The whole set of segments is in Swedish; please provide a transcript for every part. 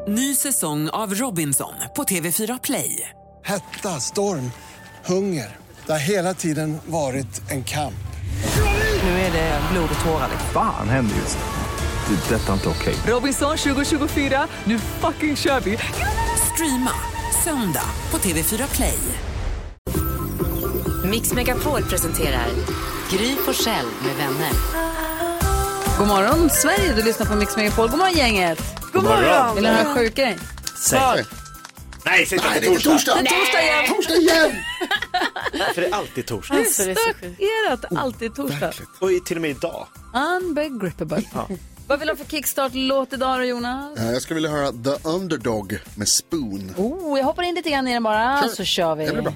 Ny säsong av Robinson på TV4 Play. Hetta, storm, hunger. Det har hela tiden varit en kamp. Nu är det blod och tårar. Fan händer just nu. Det. Detta är inte okej. Robinson 2024, nu fucking kör vi. Streama söndag på TV4 Play. Mix Megapol presenterar Gry Forssell med vänner. God morgon Sverige, du lyssnar på Mix Megapol. God morgon gänget. God morgon. Vill du höra sjuk grej? Nej, det är inte torsdag. Torsdag igen. För det är alltid torsdag. Är det att det alltid är torsdag? Och till och med idag. Unbegrippable. Ja. Vad vill du ha för kickstart-låt idag då, Jonas? Jag skulle vilja höra The Underdog med Spoon. Jag hoppar in lite grann i den bara, så kör vi. Det blir bra.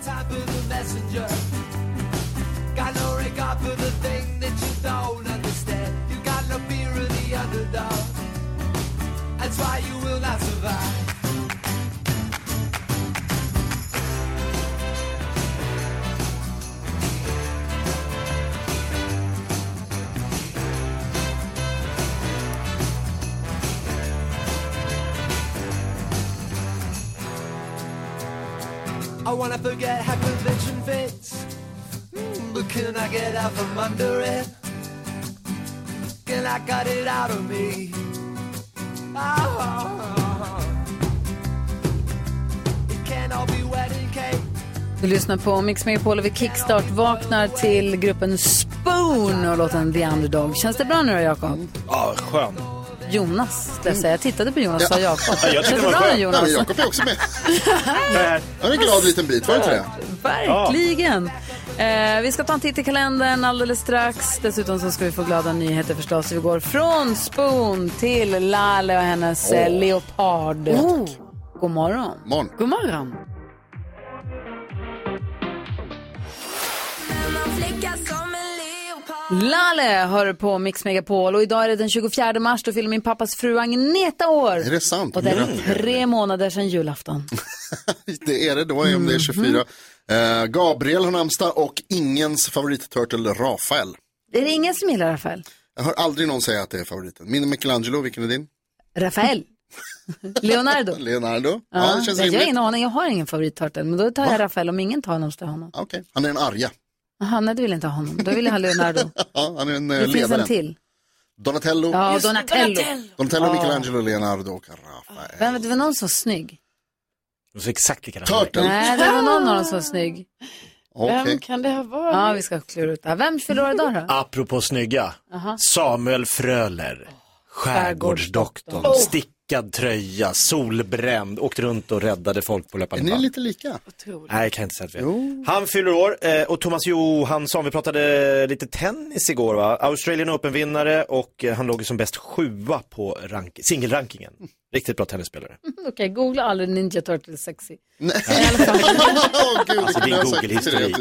I wanna forget how convention fits, but can I get out from under it? Can I cut it out of me? It can't all be wedding cake. Du lyssnar på Mix Megapol och vi kickstart vaknar till gruppen Spoon och låten The Underdog. Känns det bra nu då, Jakob? Ja, skön. Jonas, jag tittade på Jonas och sa Jakob. Jag Känns det bra nu, Jonas? Nej, Jakob är också med. Han är en glad liten bit, var det inte det? Verkligen. Vi ska ta en titt i kalendern alldeles strax. Dessutom så ska vi få glada nyheter förstås. Vi går från Spoon till Lale och hennes leopard. God morgon. God morgon. Lale hör på Mix Megapol och idag är det den 24 mars, då fyller min pappas fru Agneta år. Är det sant? Och det är 3 månader sedan julafton. Det är det då, om det är 24. Gabriel har namnsdag och ingens favoritturtle Rafael. Är det ingen som gillar Rafael? Jag hör aldrig någon säga att det är favoriten. Min är Michelangelo, vilken är din? Rafael. Leonardo. Ja, det känns rimligt. Jag har ingen favoritturtle, men då tar jag Rafael om ingen tar honom så honom. Okej, han är en arga. Aha, nej, det vill jag inte ha honom. Då vill jag ha Leonardo. Ja, han är en det finns en till. Donatello. Ja, Donatello, Michelangelo, Leonardo och Rafael. Men det var någon som var snygg. Det var exakt lika. Nej, det var någon av dem som var snygg. Vem kan det ha varit? Ja, vi ska klura ut det här. Vem fyller idag då? Apropå snygga. Samuel Fröler. Skärgårdsdoktorn. Stickad tröja, solbränd. Åkte runt och räddade folk på löpande band. Är ni lite lika? Otroligt. Nej, jag kan inte säga att vi är. Han fyller år. Och Thomas Johansson, vi pratade lite tennis igår, va? Australian Open-vinnare. Och han låg som bäst 7:a på singelrankingen. Riktigt bra tennisspelare. Okej, googla aldrig Ninja Turtle sexy. Nej. Gud, alltså din Google-historik.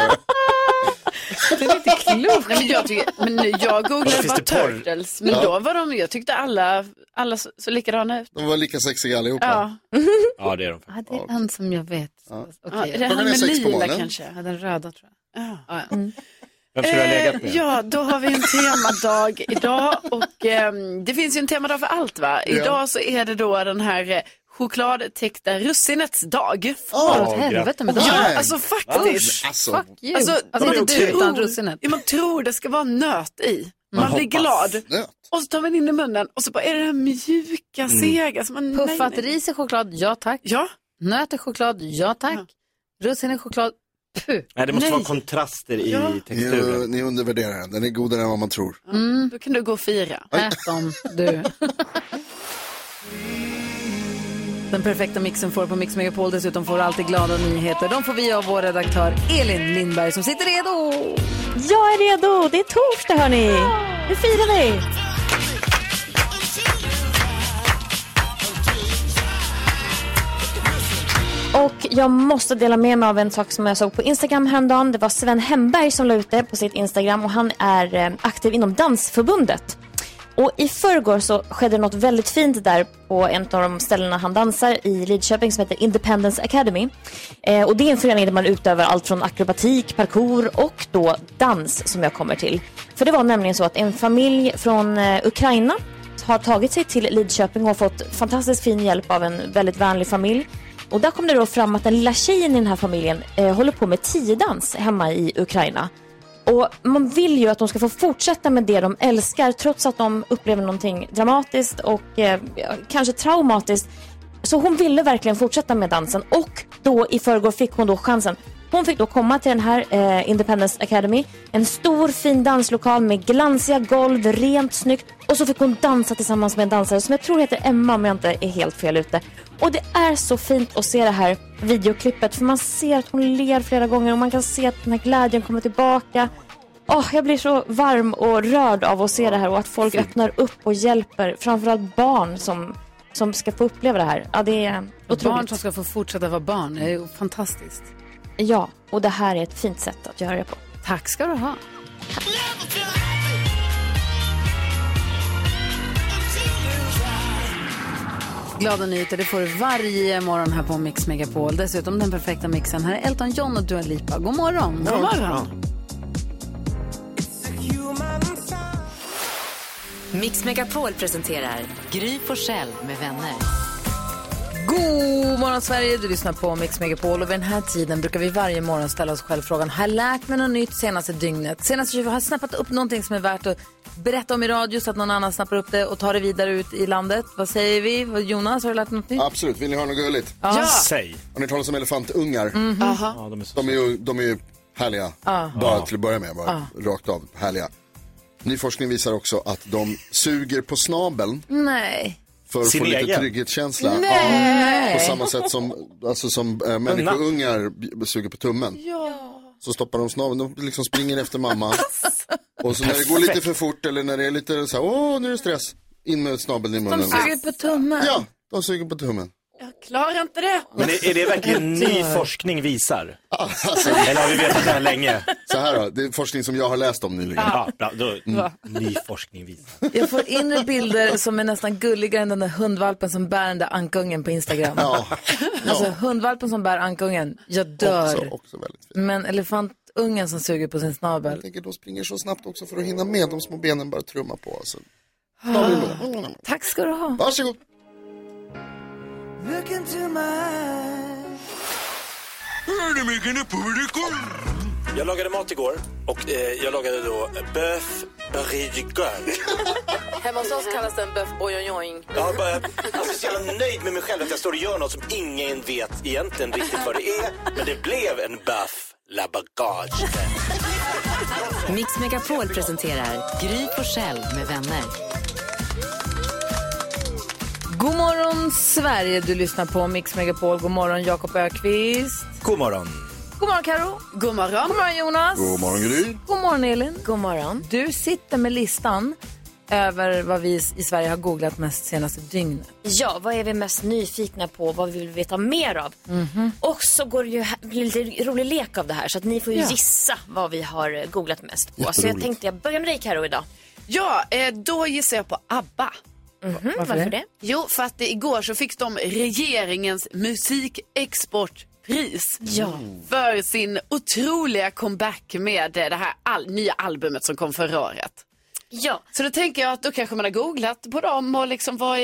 Det är inte klokt. Nej, men jag googlade bara turtles. Men då var jag tyckte alla så likadana ut. De var lika sexiga allihopa. Ja. Ja, det är de. Ja, det är en som jag vet. Ja. Okay. Är det han med lila kanske? Ja, den röda tror jag. Ja. Vem skulle ha legat med? Ja, då har vi en temadag idag. Och det finns ju en temadag för allt, va? Idag så är det då den här chokladtäckta russinets dag. Helvete med dagen. Ja, alltså faktiskt. Fuck you. Alltså inte du utan russinet. Man tror det ska vara nöt i. Man blir glad. Nöt. Och så tar man in i munnen och så bara är det här mjuka, sega. Så man, Puffat ris i choklad, ja tack. Ja. Nöt i choklad, ja tack. Russin i choklad, puh. Nej, det måste vara kontraster i texturen. Ni undervärderar den. Den är godare än vad man tror. Då kan du gå och fira. Ät dem, du. Den perfekta mixen får på Mix Megapol. Dessutom får du alltid glada nyheter. De får vi av vår redaktör Elin Lindberg som sitter redo. Jag är redo. Det är torsdag, hörni. Nu firar vi. Och jag måste dela med mig av en sak som jag såg på Instagram häromdagen. Det var Sven Hemberg som la ut det på sitt Instagram. Och han är aktiv inom Dansförbundet. Och i förrgår så skedde något väldigt fint där på en av de ställena han dansar i Lidköping som heter Independence Academy. Och det är en förening där man utövar allt från akrobatik, parkour och då dans som jag kommer till. För det var nämligen så att en familj från Ukraina har tagit sig till Lidköping och har fått fantastiskt fin hjälp av en väldigt vänlig familj. Och där kom det då fram att den lilla tjejen i den här familjen håller på med tiodans hemma i Ukraina. Och man vill ju att de ska få fortsätta med det de älskar trots att de upplever någonting dramatiskt och kanske traumatiskt. Så hon ville verkligen fortsätta med dansen och då i förrgår fick hon då chansen. Hon fick då komma till den här Independence Academy. En stor fin danslokal med glansiga golv, rent snyggt. Och så fick hon dansa tillsammans med en dansare som jag tror heter Emma om jag inte är helt fel ute. Och det är så fint att se det här videoklippet. För man ser att hon ler flera gånger och man kan se att den här glädjen kommer tillbaka. Jag blir så varm och rörd av att se det här och att folk öppnar upp och hjälper framförallt barn som ska få uppleva det här. Ja, det är otroligt. Barn som ska få fortsätta vara barn, det är ju fantastiskt. Ja, och det här är ett fint sätt att göra det på. Tack ska du ha. Glada nyheter, det får du varje morgon här på Mix Megapol. Dessutom den perfekta mixen. Här är Elton John och Dua Lipa. God morgon. God morgon. Mix Megapol presenterar Gry Forssell med vänner. God morgon Sverige, du lyssnar på Mix Megapol och vid den här tiden brukar vi varje morgon ställa oss själv frågan: har jag lärt mig något nytt senaste dygnet? Senaste 20 har jag snappat upp någonting som är värt att berätta om i radio så att någon annan snappar upp det och tar det vidare ut i landet. Vad säger vi? Jonas, har du lärt något nytt? Absolut, vill ni höra något gulligt? Ja. Säg. Har ni talat om elefantungar? Ja, De är ju härliga, bara till att börja med, rakt av härliga. Ny forskning visar också att de suger på snabeln. Nej. För att få lite trygghetskänsla. På samma sätt som människoungar suger på tummen. Så stoppar de snabeln, de liksom springer efter mamma. Och så när det går lite för fort eller när det är lite så här, nu är det stress. In med snabeln i munnen. De suger på tummen. Ja, de suger på tummen. Jag klarar inte det. Men är det verkligen ny forskning visar? Eller har vi vetat det här länge? Så här då, det är forskning som jag har läst om nyligen. Ja, bra, ny forskning visar. Jag får inre bilder som är nästan gulligare än den där hundvalpen som bär den där ankungen på Instagram. Ja. Alltså hundvalpen som bär ankungen, jag dör. Också väldigt fint. Men elefantungen som suger på sin snabel. Jag tänker, de springer så snabbt också för att hinna med. De små benen bara trumma på. Alltså. Tack ska du ha. Varsågod. Look into my eyes. Jag lagade mat igår och jag lagade då bœuf bourguignon. Hemma hos oss kallas den bœuf bourguignon. Jag är så jävla nöjd med mig själv att jag står och gör något som ingen vet egentligen riktigt vad det är. Men det blev en bœuf la bagage. Mix Megapol presenterar Gry Forssell med vänner. God morgon Sverige, du lyssnar på Mix Megapol. God morgon Jakob Ökvist. God morgon. God morgon Karo. God morgon. God morgon Jonas. God morgon Gry. God morgon Elin. God morgon. Du sitter med listan över vad vi i Sverige har googlat mest senaste dygnet. Ja, vad är vi mest nyfikna på? Vad vill vi veta mer av? Och så går det ju blir lite rolig lek av det här. Så att ni får ju gissa vad vi har googlat mest på. Så jag tänkte jag börjar med dig Karo idag. Ja, då gissar jag på ABBA. Varför det? Jo, för att igår så fick de regeringens musikexportpris för sin otroliga comeback med det här nya albumet som kom förra året. Ja. Så då tänker jag att då kanske man har googlat på dem och liksom vad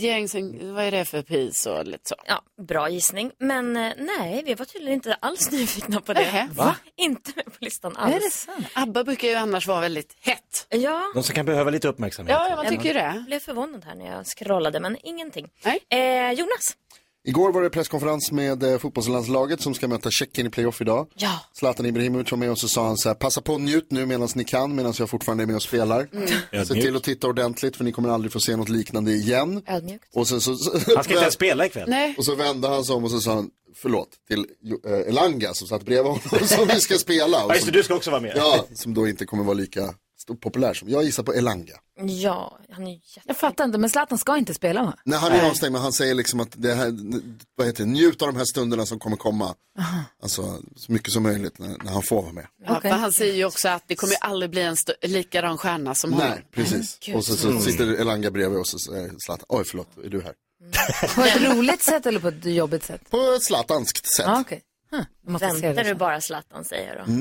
är det för pris och lite så. Ja, bra gissning. Men nej, vi var tydligen inte alls nyfikna på det. Va? Inte med på listan alls. Är det sant? ABBA brukar ju annars vara väldigt hett. Ja. De som kan behöva lite uppmärksamhet. Ja, man tycker det. Jag blev förvånad här när jag scrollade, men ingenting. Nej. Jonas? Igår var det presskonferens med fotbollslandslaget som ska möta Tjeckien i playoff idag. Ja. Zlatan Ibrahimovic var med och så sa han så här: passa på och njut nu medan ni kan, medan jag fortfarande är med och spelar. Se till att titta ordentligt för ni kommer aldrig få se något liknande igen. Ödmjukt. Och sen så Han ska inte ens spela ikväll. Nej. Och så vände han sig om och så sa han förlåt till Elanga som satt bredvid honom som vi ska spela. Ja, just det, du ska också vara med. Ja, som då inte kommer vara lika populär som jag gissar på Elanga. Ja, han är Jag fattar inte, men Zlatan ska inte spela va? Nej, han är avstängd, men han säger liksom att det här, vad heter det, njut av de här stunderna som kommer komma. Alltså så mycket som möjligt när han får vara med. Ja, för han säger ju också att det kommer ju aldrig bli en likadan stjärna som honom. Nej, precis. Och så sitter Elanga bredvid och så säger Zlatan, oj förlåt, är du här? På ett roligt sätt eller på ett jobbigt sätt? På ett zlatanskt sätt. Ja, okej. Väntar du bara Zlatan, säger jag då.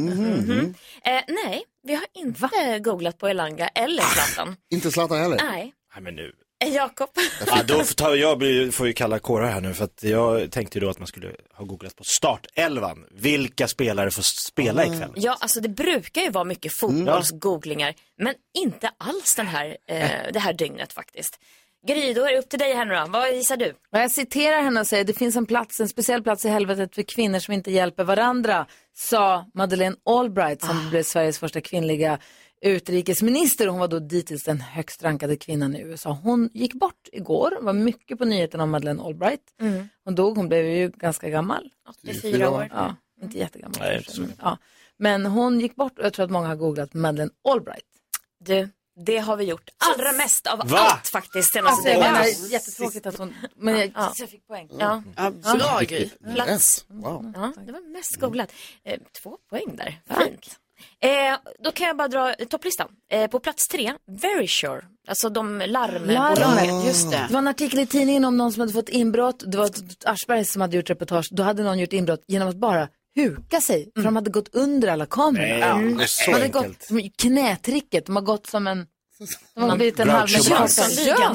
Nej, vi har inte googlat på Elanga eller Zlatan. Inte Zlatan heller? Nej. Nej, men nu. Jakob. Ja, då får ju kalla kårar här nu, för att jag tänkte ju då att man skulle ha googlat på startelvan. Vilka spelare får spela ikväll? Ja, alltså det brukar ju vara mycket fotbollsgooglingar, men inte alls det här dygnet faktiskt. Gry, då är det upp till dig här nu då. Vad gissar du? Jag citerar henne och säger, det finns en speciell plats i helvetet för kvinnor som inte hjälper varandra, sa Madeleine Albright som blev Sveriges första kvinnliga utrikesminister. Hon var då dittills den högst rankade kvinnan i USA. Hon gick bort igår, var mycket på nyheterna om Madeleine Albright. Hon dog, hon blev ju ganska gammal. 84 år. Ja, inte jättegammal. Nej, ja. Men hon gick bort och jag tror att många har googlat Madeleine Albright. Du, det har vi gjort allra mest av allt faktiskt. Alltså, det är jättetråkigt att hon... Men jag fick poäng. Ja. Bra Gry. Plats. Wow. Ja, det var mest googlat. 2 poäng där. Fint. Då kan jag bara dra topplistan. På plats 3, Very Sure. Alltså de larmbolaget. Just det. Det var en artikel i tidningen om någon som hade fått inbrott. Det var Aschberg som hade gjort reportage. Då hade någon gjort inbrott genom att bara huka sig. För de hade gått under alla kamerorna. Det är så de hade enkelt. gått knätricket. De har gått som en... De har blivit en halvmeter. Ja.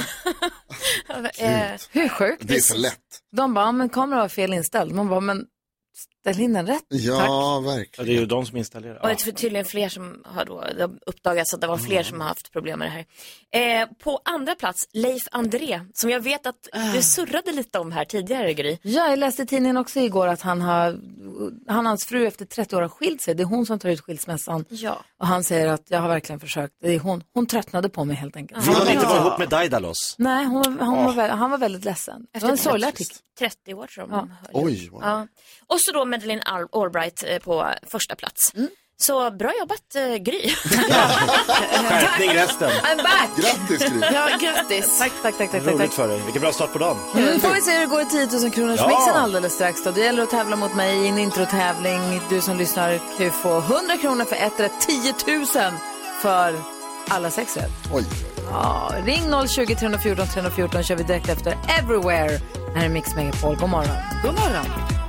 Hur sjukt? Det är för lätt. De bara, men kameran var fel inställd. Man bara, men ställ in den rätt. Ja, verkligen. Ja, det är ju de som installerar. Och det är tydligen fler som har då uppdagats att det var fler som har haft problem med det här. På andra plats, Leif André, som jag vet att du surrade lite om här tidigare, Gry. Ja, jag läste i tidningen också igår att han och hans fru efter 30 år har skilt sig. Det är hon som tar ut skilsmässan. Ja. Och han säger att jag har verkligen försökt. Det är hon tröttnade på mig helt enkelt. Vill han inte vara ihop med Daidalos? Nej, han var väldigt ledsen. Det var en sorglig artikel. 30 år tror Ja. Oj, wow. Ja. Och så då Madeleine Albright på första plats. Så bra jobbat, Gry. Skärpning resten. I'm back! Grattis, Gry. Ja, grattis. Tack. Roligt för dig. Vilken bra start på dagen. Får vi se hur det går i 10 000 kronors mixen alldeles strax då. Det gäller att tävla mot mig i en introtävling. Du som lyssnar kan ju få 100 kronor för ett rätt, 10 000 för alla 6 rätt. Oj. Ja, ring 020 314 314 kör vi direkt efter Everywhere. Här är Mix Megapol. God morgon. God morgon.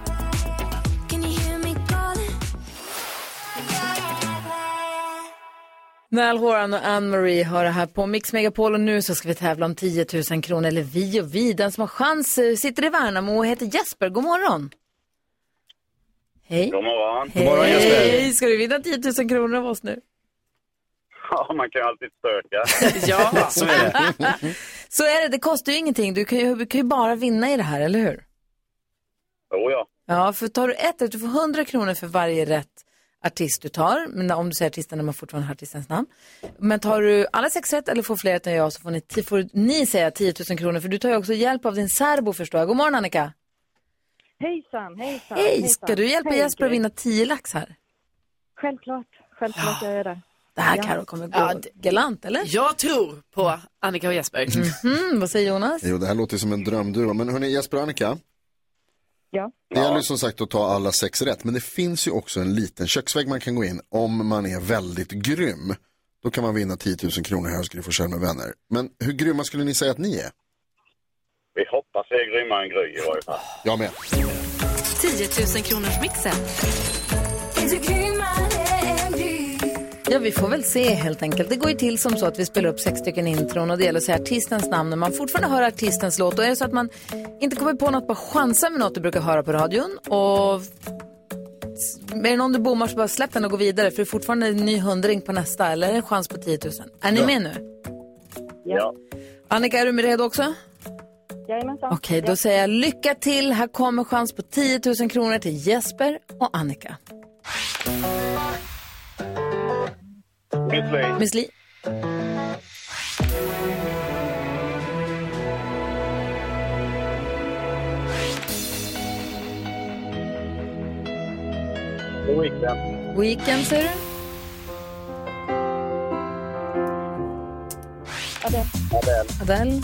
Niall Horan och Anne-Marie har det här på Mix Megapol och nu så ska vi tävla om 10 000 kronor. Eller vi. Den som har chans sitter i Värnamo och heter Jesper. God morgon. Hej. God morgon. Hej. God morgon, Jesper. Ska du vinna 10 000 kronor av oss nu? Ja, man kan ju alltid söka. Ja, så är det. Så är det. Det kostar ju ingenting. Du kan ju bara vinna i det här, eller hur? Jo, ja. Ja, för tar du ett rätt, du får 100 kronor för varje rätt artist du tar. Men om du säger artisten när man fortfarande har artistens namn. Men tar du alla 6 rätt eller får fler rätt än jag så får ni säga 10 000 kronor. För du tar ju också hjälp av din särbo, förstår jag. God morgon, Annika. Hejsan. Hej, ska du hjälpa Jesper att vinna 10 lax här? Självklart jag gör det. Det här Karo kommer gå galant, eller? Jag tror på Annika och Jesper. Vad säger Jonas? Jo, det här låter som en drömduo. Men hörni, Jesper och Annika. Ja. Det gäller som sagt att ta alla 6 rätt. Men det finns ju också en liten köksvägg man kan gå in om man är väldigt grym. Då kan man vinna 10 000 kronor här hos Gry Forssell med vänner. Men hur grymma skulle ni säga att ni är? Vi hoppas vi är grymmare än Gry i varje fall. Jag med. 10 000 kronors mixen. Ja, vi får väl se helt enkelt. Det går ju till som så att vi spelar upp 6 stycken intron och det gäller att säga artistens namn när man fortfarande hör artistens låt. Och är det så att man inte kommer på något, bara chansa med något du brukar höra på radion. Och är det någon du bommar så bara släpp den och gå vidare. För det är fortfarande en ny 100 på nästa eller en chans på 10 000. Är ni med nu? Ja. Annika, är du med redo också? Jajamensan. Okej, då säger jag lycka till. Här kommer chans på 10 000 kronor till Jesper och Annika. Miss Li. Weekend säger du? Adele.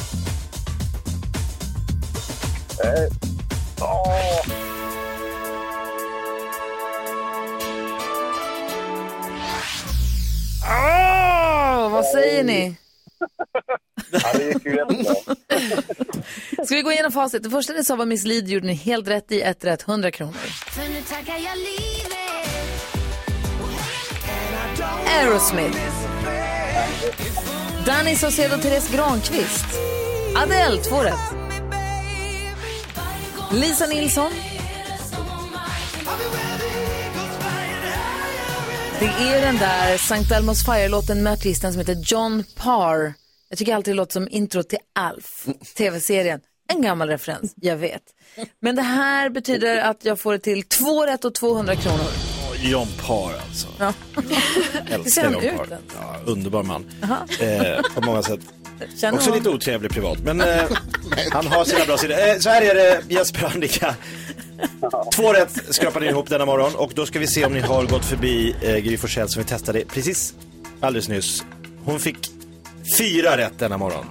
Vad säger ni? Ja, det gick ju jättebra. Ska vi gå igenom facit? Det första ni sa var Miss Li, gjorde ni helt rätt i 1 rätt, 100 kronor. Aerosmith. Danny Saucedo och Therese Granqvist. Adele, 2 rätt. Lisa Nilsson. Det är den där St. Elmo's Fire-låten med artisten som heter John Parr. Jag tycker alltid det låter som intro till Alf, tv-serien. En gammal referens, jag vet. Men det här betyder att jag får det till 2 rätt och 200 kronor. John Parr alltså. Ja. Älskar John Parr. Ja, underbar man. På många sätt. Känner också hon? lite otrevlig privat. Men han har sina bra sidor. Så här är det, Jesper och Annika. 2 rätt skrapar ni ihop denna morgon. Och då ska vi se om ni har gått förbi Gry Forssell som vi testade precis alldeles nyss. Hon fick 4 rätt denna morgon.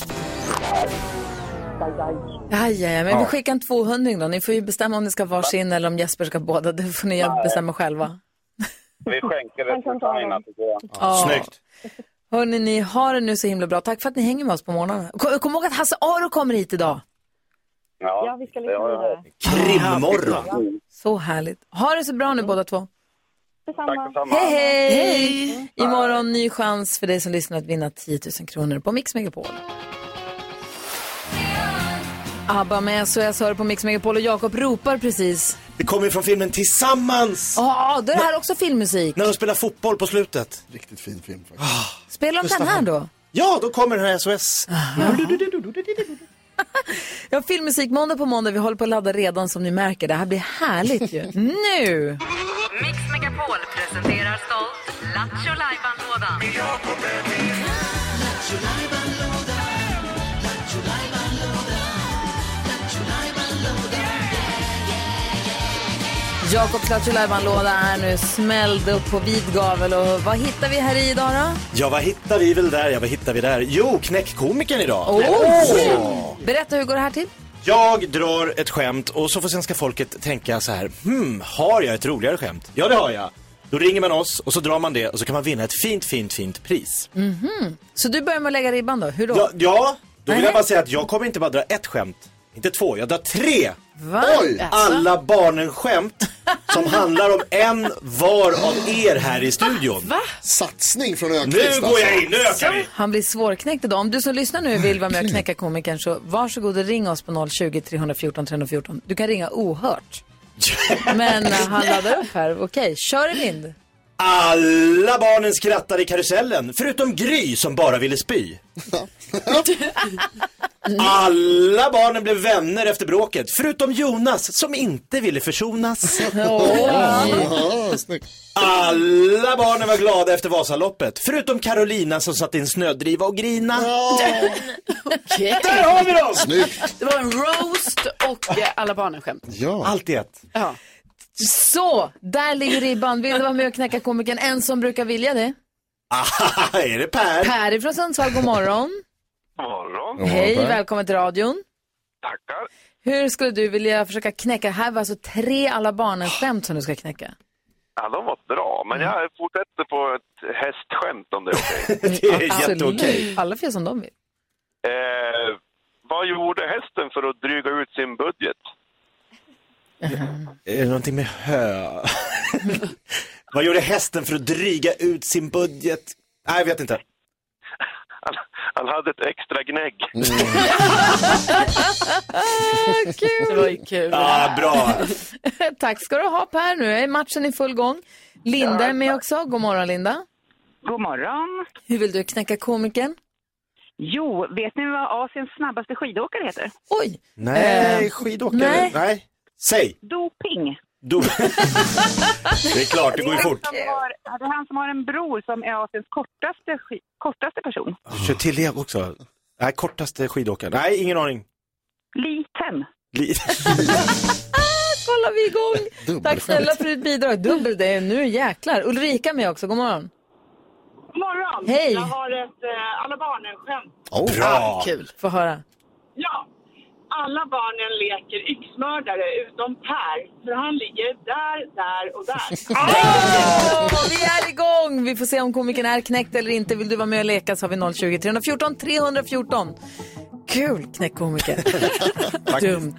Men vi skickar en 200 då. Ni får ju bestämma om ni ska varsin eller om Jesper ska båda. Det får ni bestämma själva. Vi skänker det till Saina, tycker jag. Snyggt. Hörrni, ni har det nu så himla bra. Tack för att ni hänger med oss på morgonen. Kom ihåg att Hasse Aro kommer hit idag. Ja, vi ska lyssna vidare. Krimmorgon. Så härligt. Ha det så bra nu båda två. Detsamma. Hej! Imorgon ny chans för dig som lyssnar att vinna 10 000 kronor på Mix Megapol. ABBA med SOS hör på Mix Megapol och Jakob ropar precis. Det kommer från filmen Tillsammans. Ja, det här är också filmmusik. När de spelar fotboll på slutet. Riktigt fin film faktiskt. Spelar de den här då? Ja, då kommer den här SOS. Ja, filmmusik måndag på måndag. Vi håller på att ladda redan som ni märker. Det här blir härligt ju. Nu! Mix Megapol presenterar stolt Lattjo Lajban-lådan. Jakobs Lattjo Lajban-låda är nu smälld upp på vid gavel. Och vad hittar vi här i idag då? Ja, vad hittar vi väl där? Ja, vad hittar vi där? Jo, knäckkomikern idag. Berätta, hur går det här till? Jag drar ett skämt och så får svenska folket tänka så här. Har jag ett roligare skämt? Ja, det har jag. Då ringer man oss och så drar man det och så kan man vinna ett fint pris. Så du börjar med att lägga ribban då? Hur då? Ja, då vill jag bara säga att jag kommer inte bara dra ett skämt. Inte 2, jag drar 3. Va? Oj! Alla barnen-skämt som handlar om en var av er här i studion. Va? Satsning från Ökvist. Nu går jag in, nu ökar vi. Han blir svårknäckt idag. Om du som lyssnar nu vill vara med och knäcka komikern så varsågod och ring oss på 020 314 314. Du kan ringa ohört. Men han laddar upp här. Okej, kör en vind. Alla barnen skrattar i karusellen, förutom Gry som bara ville spy. Alla barnen blev vänner efter bråket, förutom Jonas som inte ville försonas. Alla barnen var glada efter Vasaloppet, förutom Carolina som satt i en snödriva och grina. Okej. Där har vi dem! Snyggt. Det var en roast och alla barnen-skämt. Ja. Allt i ett. Ja. Så, där ligger ribban. Vill du vara med och knäcka komikern? En som brukar vilja det. Är det Per? Per ifrån Sundsvall, god morgon. Morgon. Hej, välkommen till radion. Tackar. Hur skulle du vilja försöka knäcka? Här var alltså 3 alla barnen-skämt som du ska knäcka. Ja, de var bra, men jag fortsätter på ett hästskämt om det är okej. Det är jätteokej. Alla får som de vill. Vad gjorde hästen för att dryga ut sin budget? Är det någonting med hö? Vad gjorde hästen för att dryga ut sin budget? Nej, jag vet inte. Han hade ett extra gnägg. Kul. Det var ju kul. Bra. Tack ska du ha Per, nu är matchen i full gång. Linda är med också, god morgon Linda. God morgon. Hur vill du knäcka komikern? Jo, vet ni vad Asiens snabbaste skidåkare heter? Oj! Nej, skidåkare. Nej. Säg. Doping. Det är klart, det går ju fort. Det är han som har en bror som är Asiens kortaste person. Kör till det också. Nej, kortaste skidåkaren. Nej, ingen aning. Liten. Kolla vi igång. Tack snälla för ditt bidrag. Dubbel det. Nu jäklar. Ulrika med också, god morgon. God morgon. Hej. Jag har ett alla barnen-skämt. Bra. Kul, få höra. Ja. Alla barnen leker yxmördare utom Per. För han ligger där och där. Vi är igång. Vi får se om komikern är knäckt eller inte. Vill du vara med och leka så har vi 020 314 314. Kul, knäckkomiker. Dumt.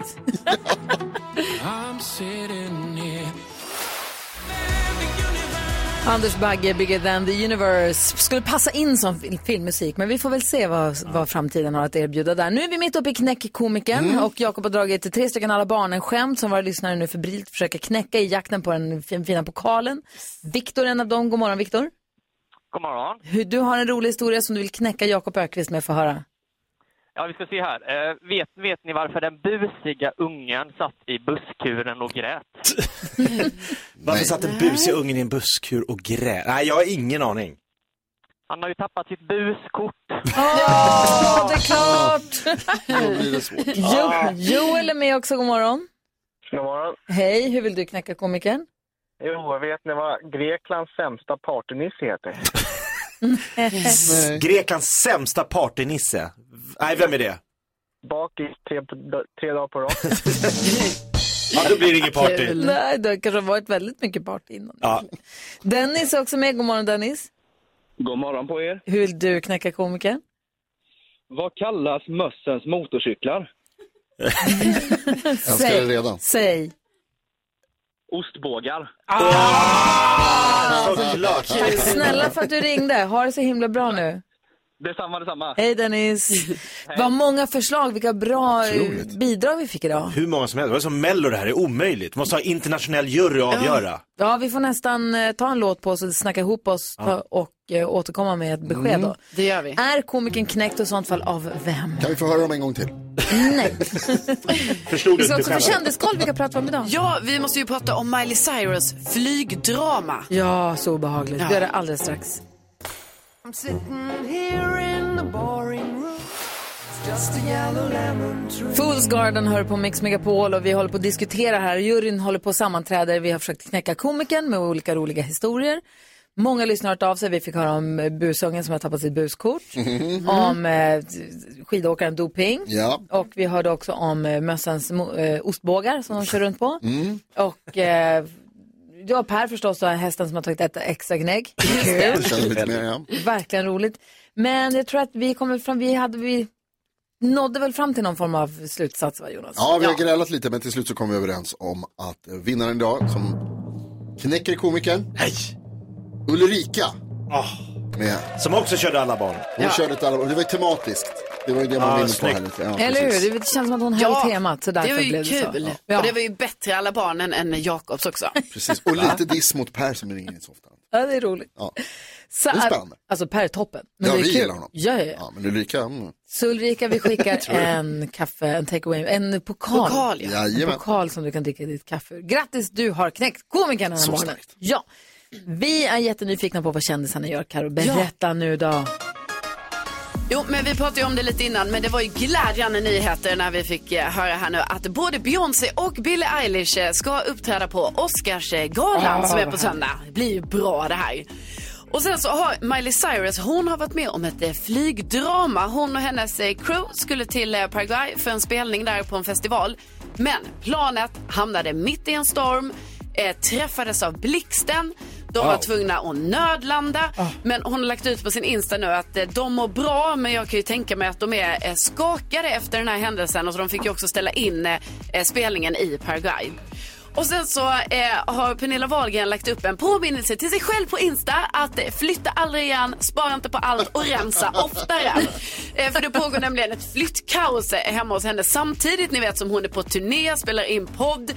Anders Bagge, Bigger than the universe. Skulle passa in som filmmusik, men vi får väl se vad framtiden har att erbjuda där. Nu är vi mitt uppe i knäckkomikern och Jakob har dragit till 3 stycken Alla barnen skämt som våra lyssnare nu febrilt försöker knäcka i jakten på den fina pokalen. Viktor, en av dem. God morgon, Viktor. God morgon. Du har en rolig historia som du vill knäcka Jakob Ökvist med, för att höra. Ja, vi ska se här. Vet ni varför den busiga ungen satt i busskuren och grät? Varför satt en busig ungen i en busskur och grät? Nej, jag har ingen aning. Han har ju tappat sitt buskort. Det är klart! Då blir det svårt. Joel är med också, god morgon. God morgon. Hej, hur vill du knäcka komikern? Jo, vet ni vad Greklands sämsta partynisse heter? Greklands sämsta partynisse? Nej, vem är det? Bakis 3 dagar på rad. Ja, då blir det ingen party. Nej, det kanske har varit väldigt mycket party innan. Ja. Dennis är också med, god morgon Dennis. God morgon på er. Hur vill du knäcka komikern? Vad kallas mössens motorcyklar? Jag ska det redan. Säg. Ostbågar. Tack snälla för att du ringde. Ha det så himla bra nu. Detsamma. Hej Dennis. Vad många förslag, vilka bra bidrag vi fick idag. Hur många som helst. Det var som Mello, det här är omöjligt. Vi måste ha internationell jury att avgöra. Ja, vi får nästan ta en låt på oss och snacka ihop oss och återkomma med ett besked då. Det gör vi. Är komikern knäckt och sånt fall av vem? Kan vi få höra dem en gång till? Nej. Förstod Vi du ska inte också själv? få kändiskoll, vilka pratar vi om idag? Ja, vi måste ju prata om Miley Cyrus flygdrama. Ja, så obehagligt. Vi gör det alldeles strax. I'm sitting here in the boring room. Just a yellow lemon tree. Fools Garden hör på Mix Megapol och vi håller på att diskutera här. Juryn håller på att sammanträda. Vi har försökt knäcka komikern med olika roliga historier. Många lyssnare har hört av sig. Vi fick höra om busungen som har tappat sitt buskort. Om skidåkaren doping. Ja. Och vi hörde också om mössens ostbågar som de kör runt på. Och ja, Per förstås då, hästen som har tagit ett extra gnägg. Kul. Verkligen roligt. Men jag tror att vi kommer fram, vi nådde väl fram till någon form av slutsats, va Jonas? Ja, vi har grälat lite, men till slut så kom vi överens om att vinnaren idag som knäcker komikern. Hej! Ulrika. Som också körde Alla barn. Hon körde ett alla barn. Det var ju tematiskt. Det var ju det man vinner på här lite. Ja, eller hur? Det känns som att hon höll temat. Så därför det var ju blev kul. Det så. Ja. Och det var ju bättre Alla barnen än Jakobs också. Precis. Och lite diss mot Per som ringer in så ofta. Ja, det är roligt. Ja. Så det är spännande. Alltså Per är toppen. Men ja, det är vi kul. gillar honom. Ja. Men Ulrika... Så Ulrika, vi skickar en kaffe, en takeaway, en pokal. En pokal som du kan dricka i ditt kaffe. Grattis, du har knäckt komikern den här morgonen. Ja. Vi är jättenyfikna på vad kändisarna gör, Karo. Berätta nu då. Jo, men vi pratade ju om det lite innan, men det var ju glädjande nyheter när vi fick höra här nu att både Beyoncé och Billie Eilish ska uppträda på Oscarsgalan som är på söndag. Det blir ju bra det här. Och sen så har Miley Cyrus, hon har varit med om ett flygdrama. Hon och hennes crew skulle till Paraguay för en spelning där på en festival. Men planet hamnade mitt i en storm, träffades av blixten. De var tvungna att nödlanda. Men hon har lagt ut på sin Insta nu att de mår bra, men jag kan ju tänka mig att de är skakade efter den här händelsen. Och så de fick ju också ställa in spelningen i Paraguay. Och sen så har Pernilla Wahlgren lagt upp en påminnelse till sig själv på Insta att flytta aldrig igen, spara inte på allt och rensa oftare. För det pågår nämligen ett flyttkaos hemma hos henne samtidigt, ni vet, som hon är på turné, spelar in podd,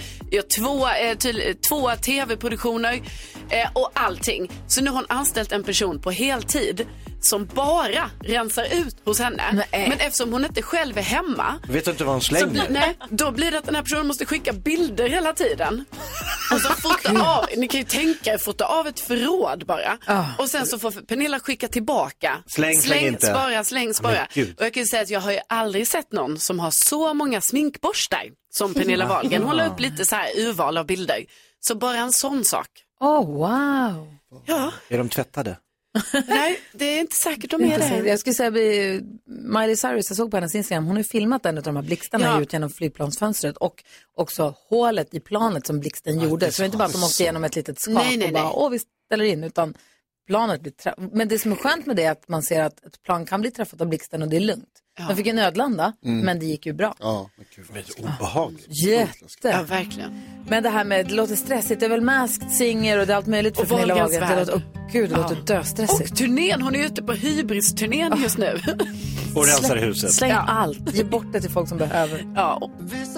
gör två tv-produktioner och allting. Så nu har hon anställt en person på heltid som bara rensar ut hos henne. Men eftersom hon inte själv är hemma, vet du inte vad hon slänger? Då blir det att den här personen måste skicka bilder hela tiden. Och så ni kan ju tänka er, fota av ett förråd bara. Och sen så får Pernilla skicka tillbaka. Släng inte. Spara. Och jag kan ju säga att jag har ju aldrig sett någon som har så många sminkborstar som Pernilla Wahlgren. Hon la upp lite så här urval av bilder. Så bara en sån sak. Wow. Ja. Är de tvättade? Nej, det är inte säkert de är det. Jag skulle säga Miley Cyrus, jag såg på hennes Instagram, hon har filmat en av de här blixtarna ut genom flygplansfönstret och också hålet i planet som blixten gjorde. Så det är inte bara att de åkte igenom ett litet skap och bara, vi ställer in, utan planet blir men det som är skönt med det är att man ser att ett plan kan bli träffat av blixten och det är lugnt. De fick ju nödlanda, men det gick ju bra. Ja, men obehagligt. Jätte. Ja, verkligen. Men det här med, det låter stressigt. Det är väl Masked Singer och det är allt möjligt för Pernilla Wahlgren. Det låter, gud, det låter döstressigt. Och turnén, hon är ute på Hybris-turnén just nu. Och rensar huset. Släng allt, ge bort det till folk som behöver. Ja.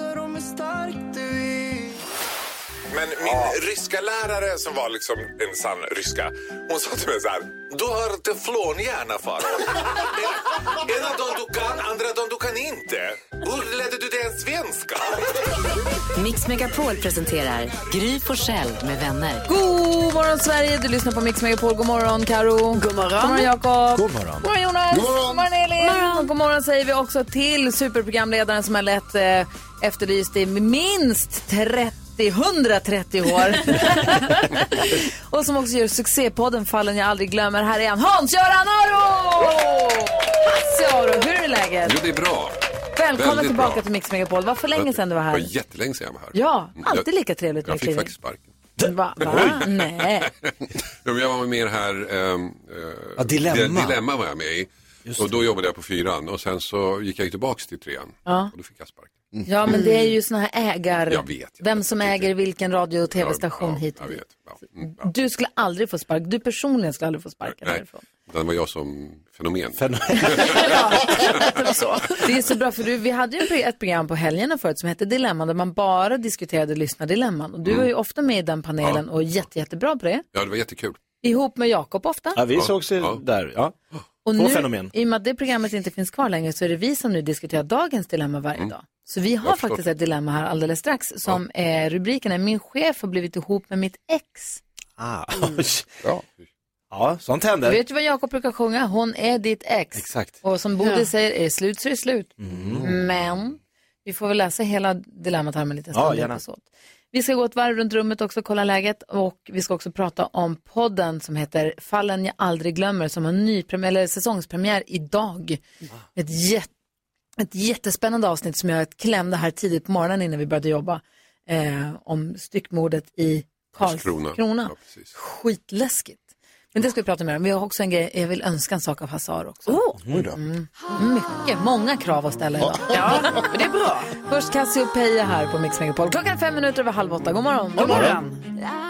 Men min ryska lärare som var liksom en sann ryska, hon sa till mig så här: du har teflonhjärna, Farao. Ena dagen du kan, andra dagen du kan inte. Hur lärde du dig en svenska? Mix Megapol presenterar Gry Forssell med vänner. God morgon Sverige, du lyssnar på Mix Megapol. God morgon Karo. God morgon. God morgon Jakob. God morgon. God morgon Jonas. God morgon. God morgon Elin. Och god morgon säger vi också till superprogramledaren som har lett efterlyst i minst 130 år. Och som också gör succépodden Fallen jag aldrig glömmer. Här är han, Hans-Göran Aro! Hans-Göran, hur är läget? Jo, det är bra. Välkommen Väldigt tillbaka bra. till Mix Megapol. Vad för länge sedan du var här? Det var jättelänge sedan jag var här. Ja, alltid lika trevligt. Jag fick faktiskt sparken. Va? Nej. Jag var med här... Dilemma var jag med i. Och då jobbade jag på 4:an. Och sen så gick jag tillbaka till 3:an. Ja. Och då fick jag sparken. Ja, men det är ju såna här Jag vet. Vem som äger vilken radio- och tv-station hit. Jag vet. Du skulle aldrig få spark. Du personligen skulle aldrig få sparken härifrån. Det var jag som fenomen. Det är så bra, för vi hade ju ett program på helgerna förut som hette Dilemma, där man bara diskuterade lyssnardilemman. Och du var ju ofta med i den panelen och jättebra på det. Ja, det var jättekul. Ihop med Jakob ofta. Ja, vi såg där, ja. Och Två nu, fenomen. i och med att det programmet inte finns kvar längre, så är det vi som nu diskuterar dagens dilemma varje dag. Så vi har faktiskt ett dilemma här alldeles strax som är rubriken är: min chef har blivit ihop med mitt ex. Ja, sånt händer. Du vet ju vad Jakob brukar sjunga? Hon är ditt ex. Exakt. Och som Bodil säger, är slut så är det slut. Men vi får väl läsa hela dilemmat här med lite stund. Gärna. Vi ska gå ett varv runt rummet också, kolla läget. Och vi ska också prata om podden som heter Fallen jag aldrig glömmer, som har säsongspremiär idag. Ett jättespännande avsnitt som jag klämde här tidigt på morgonen innan vi började jobba. Om styckmordet i Karlskrona. Ja, skitläskigt. Men det ska vi prata mer om. Vi har också en grej, jag vill önska en sak av Hassar också. Många krav att ställa idag. Ja, men det är bra. Först Cassiopeia här på Mix Megapol. 7:05 God morgon. God morgon.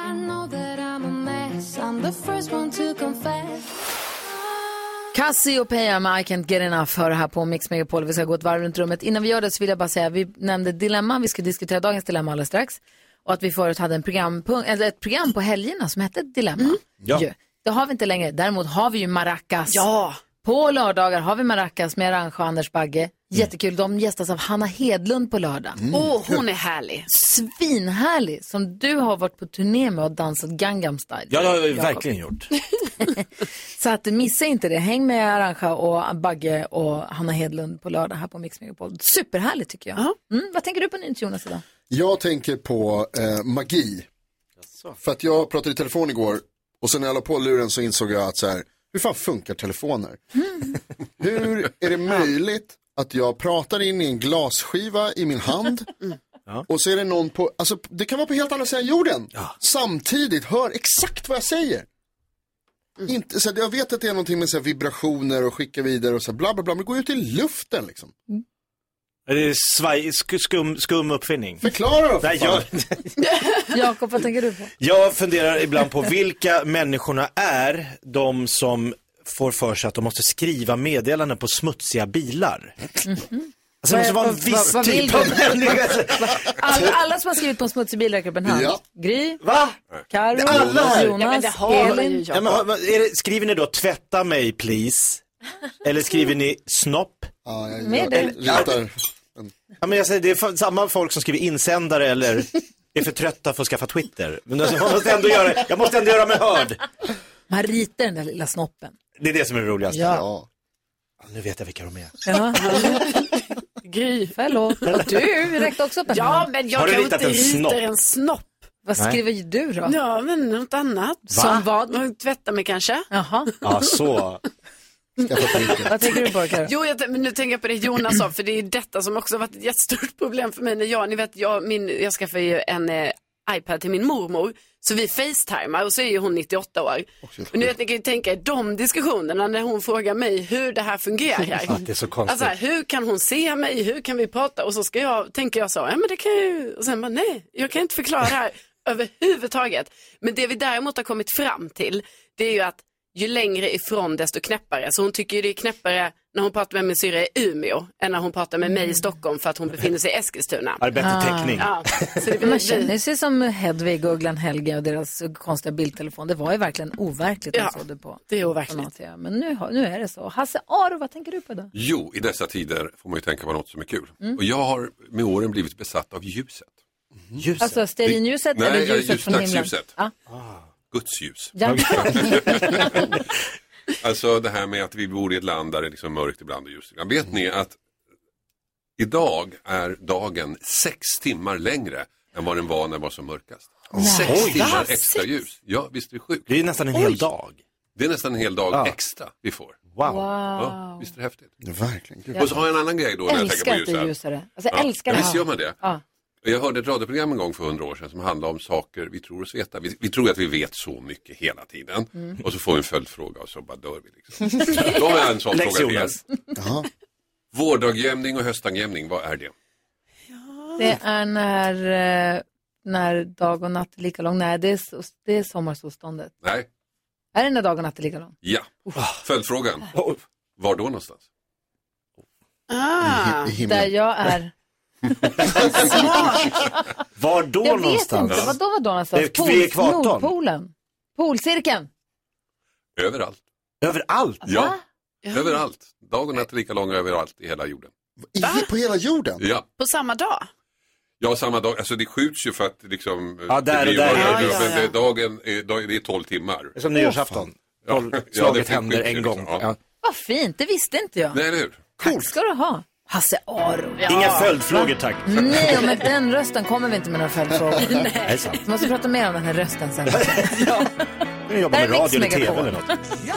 Cassiopeia med I Can't Get Enough för här på Mix Megapol. Vi ska gå ett varv runt rummet. Innan vi gör det så vill jag bara säga, vi nämnde dilemma. Vi ska diskutera dagens dilemma alldeles strax. Och att vi förut hade ett program på helgerna som hette Dilemma. Det har vi inte längre. Däremot har vi ju Maracas. Ja. På lördagar har vi Maracas med Arantxa och Anders Bagge. Jättekul. De gästas av Hanna Hedlund på lördag. Hon är härlig. Svinhärlig. Som du har varit på turné med och dansat Gangnam Style. Ja, det har jag verkligen gjort. Så att missa inte det. Häng med Arantxa och Bagge och Hanna Hedlund på lördag här på Mix Megapol. Superhärligt tycker jag. Vad tänker du på nytt, Jonas, idag? Jag tänker på magi. För att jag pratade i telefon igår och sen när jag la på luren så insåg jag att så här, hur fan funkar telefoner? Hur är det möjligt att jag pratar in i en glasskiva i min hand och så är det någon på, alltså det kan vara på helt andra sidan jorden. Samtidigt hör exakt vad jag säger. Inte, så jag vet att det är någonting med så här, vibrationer och skicka vidare och så här, bla bla bla, men det går ut i luften liksom. Det är skum uppfinning. Förklara då. Jakob, vad tänker du på? Jag funderar ibland på vilka människorna är de som får för sig att de måste skriva meddelanden på smutsiga bilar. Alltså det måste vara en viss typ av människa. Alla som har skrivit på en smutsig bil räcker upp en hand. Gry, Karo, Jonas, Elin. Skriver ni då tvätta mig please? Eller skriver ni snopp? Ja, jag ritar. Ja, men jag säger, det är samma folk som skriver insändare eller är för trötta för att skaffa Twitter. Men alltså, jag måste ändå göra mig hörd. Man ritar den där lilla snoppen. Det är det som är roligast. Ja. Nu vet jag vilka de är. Ja. Gry, förlåt. Du räckte också upp en hand. Ja, men jag kan inte rita en snopp. Vad skriver du då? Ja, men något annat. Som vad? Tvätta mig kanske. Jaha. Ja, så. Vad tänker du på, Karo? Jo, men nu tänker jag på det Jonas sa, för det är detta som också har varit ett jättestort problem för mig när jag skaffade ju en iPad till min mormor. Så vi facetimar och så är ju hon 98 år. Och nu vet ni kan ju tänka de diskussionerna när hon frågar mig hur det här fungerar. Ja, det är så konstigt. Alltså hur kan hon se mig, hur kan vi prata? Och så tänker jag så, ja men det kan ju, och sen bara nej, jag kan inte förklara det här överhuvudtaget. Men det vi däremot har kommit fram till, det är ju att ju längre ifrån desto knäppare. Så hon tycker ju det är knäppare när hon pratar med min syra i Umeå än när hon pratar med mig i Stockholm för att hon befinner sig i Eskilstuna. Är det bättre täckning? Ja. Man känner sig som Hedvig och Glenn Helge och deras konstiga bildtelefon. Det var ju verkligen overkligt. Ja, det är overkligt. Men nu är det så. Hasse Aro, vad tänker du på då? Jo, i dessa tider får man ju tänka på något som är kul. Och jag har med åren blivit besatt av ljuset. Ljuset? Alltså stearinljuset eller ljuset från himlen? Ljuset. Ah. Guds ljus. Ja. Alltså det här med att vi bor i ett land där det är liksom mörkt ibland och ljust ibland. Vet ni att idag är dagen 6 timmar längre än vad den var när det var som mörkast? 6 timmar extra ljus. Ja, visst är det sjukt. Det är nästan en hel dag. Det är nästan en hel dag extra vi får. Wow. Ja, visst är det häftigt? Det är verkligen. Och så har jag en annan grej då när jag tänker på ljuset. Ljusare. Alltså jag älskar det här. Visst gör man det? Ja. Jag hörde ett radioprogram en gång för 100 år sedan som handlade om saker vi tror oss veta. Vi tror att vi vet så mycket hela tiden. Och så får vi en följdfråga och så bara dör vi liksom. Då har jag en sån fråga till er. Vårdagjämning och höstangjämning, vad är det? Det är när dag och natt är lika lång. Nej, det är sommarsolståndet. Nej. Är det när dag och natt är lika lång? Ja. Följdfrågan. Var då någonstans? Där jag är. Var då jag någonstans? Vet inte. Vad då någonstans? Vid ekvatorn. Nordpolen. Polcirkeln. Överallt. Överallt? Ja. Överallt. Dag och natt är lika lång överallt i hela jorden. På hela jorden? Ja. På samma dag? Ja, samma dag. Alltså det skjuts ju för att liksom... Ja, där och där. Men dagen det är 12 timmar. Det är som nyårsafton. Slaget händer en gång. Liksom. Ja. Vad fint, det visste inte jag. Nej, eller hur? Tack ska du ha. Hasse Aro. Ja. Inga följdfrågor, tack. Nej, och med den rösten kommer vi inte med några följdfrågor. Nej. Vi måste prata mer om den här rösten sen. Ja. Jag jobbar med radio eller tv eller något.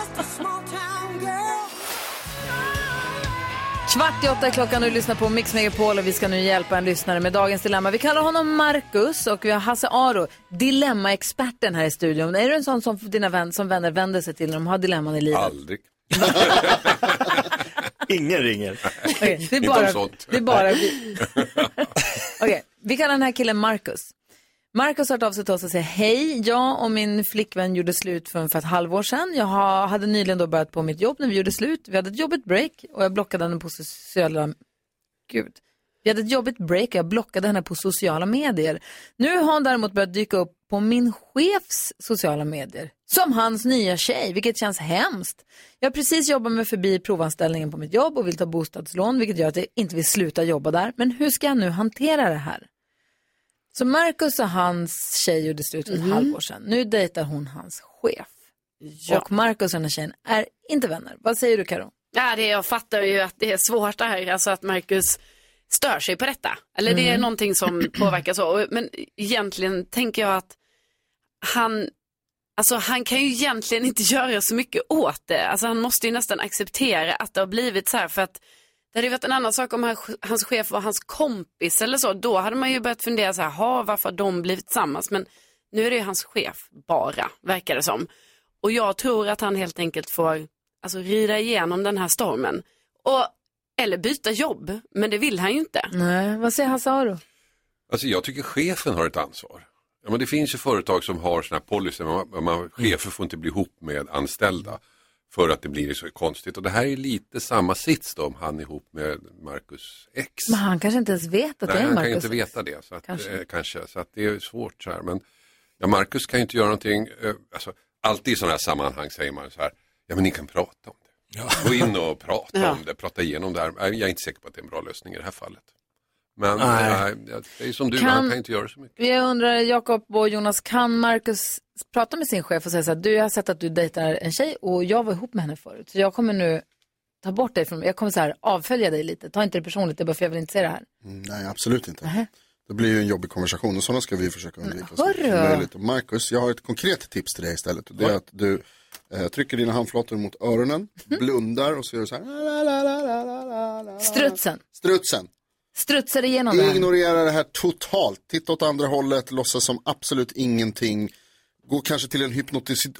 7:45 klockan och du lyssnar på Mix Megapol och vi ska nu hjälpa en lyssnare med dagens dilemma. Vi kallar honom Marcus och vi har Hasse Aro, dilemmaexperten här i studion. Är du en sån som dina vänner vänder sig till när de har dilemman i livet? Aldrig. Ingen ringer. Okay, det är bara vi. Okej, vi kallar den här killen Marcus. Marcus har hört av sig till oss och säger hej, jag och min flickvän gjorde slut för ett halvår sedan. Jag hade nyligen då börjat på mitt jobb när vi gjorde slut. Vi hade ett jobbigt break och jag blockade henne på sociala... Vi hade ett jobbigt break och jag blockade henne på sociala medier. Nu har hon däremot börjat dyka upp på min chefs sociala medier. Som hans nya tjej, vilket känns hemskt. Jag har precis jobbat med förbi provanställningen på mitt jobb och vill ta bostadslån, vilket gör att jag inte vill sluta jobba där. Men hur ska jag nu hantera det här? Så Marcus och hans tjej gjorde slut för ett halvår sedan. Nu dejtar hon hans chef. Ja. Och Marcus och den här tjejen är inte vänner. Vad säger du, Karo? Ja, jag fattar ju att det är svårt det här. Alltså att Marcus stör sig på detta. Eller det är någonting som påverkar så. Men egentligen tänker jag att han kan ju egentligen inte göra så mycket åt det. Alltså han måste ju nästan acceptera att det har blivit så här. För att det hade varit en annan sak om hans chef var hans kompis eller så. Då hade man ju börjat fundera så här, varför har de blivit tillsammans? Men nu är det ju hans chef bara, verkar det som. Och jag tror att han helt enkelt får rida igenom den här stormen. Eller byta jobb, men det vill han ju inte. Nej, vad säger Hasse Aro? Alltså jag tycker chefen har ett ansvar. Ja, men det finns ju företag som har såna här policy. Chefer får inte bli ihop med anställda för att det blir så konstigt. Och det här är lite samma sits då om han är ihop med Marcus ex. Men han kanske inte ens vet att det är Marcus. Nej, han kan ju inte veta det. Så att, kanske. Så att det är svårt så här. Men Marcus kan ju inte göra någonting. Alltid i sådana här sammanhang säger man så här. Ja, men ni kan prata om det. Ja. Gå in och prata om det. Prata igenom det här. Jag är inte säker på att det är en bra lösning i det här fallet. Men det är som du, han kan inte göra så mycket. Jag undrar, Jakob och Jonas, kan Marcus prata med sin chef och säga så här, jag har sett att du dejtar en tjej och jag var ihop med henne förut. Så jag kommer nu ta bort dig från mig. Jag kommer så här avfölja dig lite. Ta inte det personligt, det är bara för jag vill inte se det här. Nej, absolut inte. Det blir ju en jobbig konversation och sådana ska vi försöka undvika. Och Marcus, jag har ett konkret tips till dig istället. Det är att du trycker dina handflator mot öronen, blundar och så gör du så här. Strutsen. strutsar igenom det här. Ignorera det här totalt. Titta åt andra hållet, låtsas som absolut ingenting. Gå kanske till en hypnotist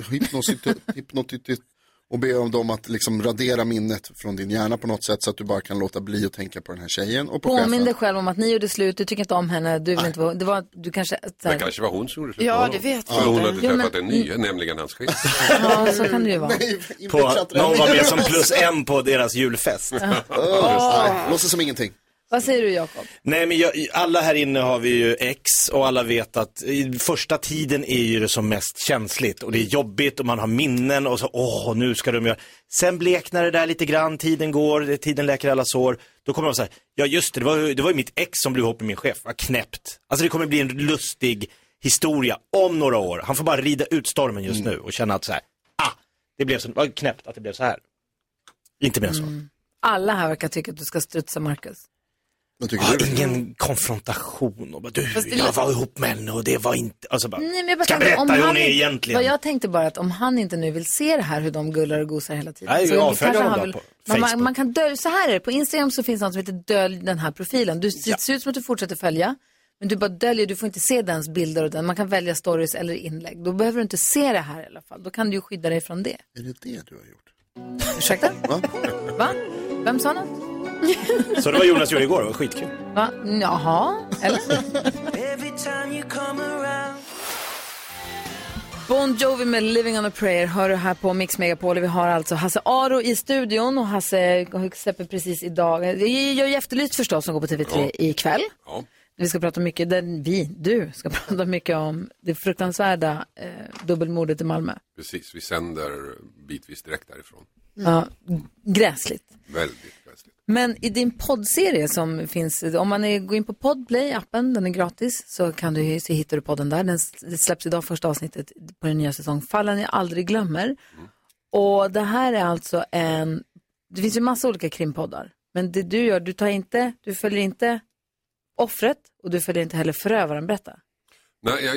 och be om dem att liksom radera minnet från din hjärna på något sätt så att du bara kan låta bli att tänka på den här tjejen och på chefen. Påminn dig själv om att ni gjorde slut, du tycker inte om henne, du vill inte vara, det var, du kanske... Det kanske var hon som gjorde slut. Ja, det vet jag. Hon hade träffat en ny, nämligen hans chef. Ja, så kan det ju vara. Någon var med som +1 på deras julfest. Låtsas som ingenting. Vad säger du, Jakob? Nej, men alla här inne har vi ju ex och alla vet att i första tiden är ju det som mest känsligt och det är jobbigt och man har minnen och så, nu ska de göra. Sen bleknar det där lite grann, tiden går, tiden läker alla sår. Då kommer man säga, ja just det var ju mitt ex som blev ihop med min chef, vad knäppt. Alltså det kommer bli en lustig historia om några år. Han får bara rida ut stormen just nu och känna att så här, det blev så, vad knäppt att det blev så här. Inte mer så. Alla här verkar tycka att du ska strutsa, Marcus. Ingen konfrontation och bara, jag var ihop med henne och det var inte, alltså bara, nej, men jag bara ska berätta hur hon är egentligen. Vad jag tänkte bara att om han inte nu vill se det här hur de gullar och gosar hela tiden. Nej, så kanske han vill, man kan dölja, så här är det, på Instagram så finns något som heter dölj den här profilen. Du ser ut som att du fortsätter följa, men du bara döljer, du får inte se dens bilder och den. Man kan välja stories eller inlägg. Då behöver du inte se det här i alla fall. Då kan du ju skydda dig från det. Är det det du har gjort? Ursäkta? Va? Vem sa något? Så det var Jonas gjorde igår, det var skitkul. Va? Jaha, eller? Bon Jovi med Living on a Prayer hör du här på Mix Megapol. Vi har alltså Hasse Aro i studion och Hasse släpper precis idag. Jag är ju Efterlyst förstås som går på TV3 ikväll. Ja. Vi ska prata mycket, du ska prata mycket om det fruktansvärda dubbelmordet i Malmö. Precis, vi sänder bitvis direkt därifrån. Ja, gräsligt. Väldigt gräsligt. Men i din poddserie som finns, om man går in på Podplay-appen, den är gratis, så hittar du podden där. Det släpps idag första avsnittet på den nya säsong. Fallen jag aldrig glömmer. Och det här är alltså det finns ju massa olika krimpoddar. Men det du gör, du följer inte offret och du följer inte heller förövaren, berätta. Nej,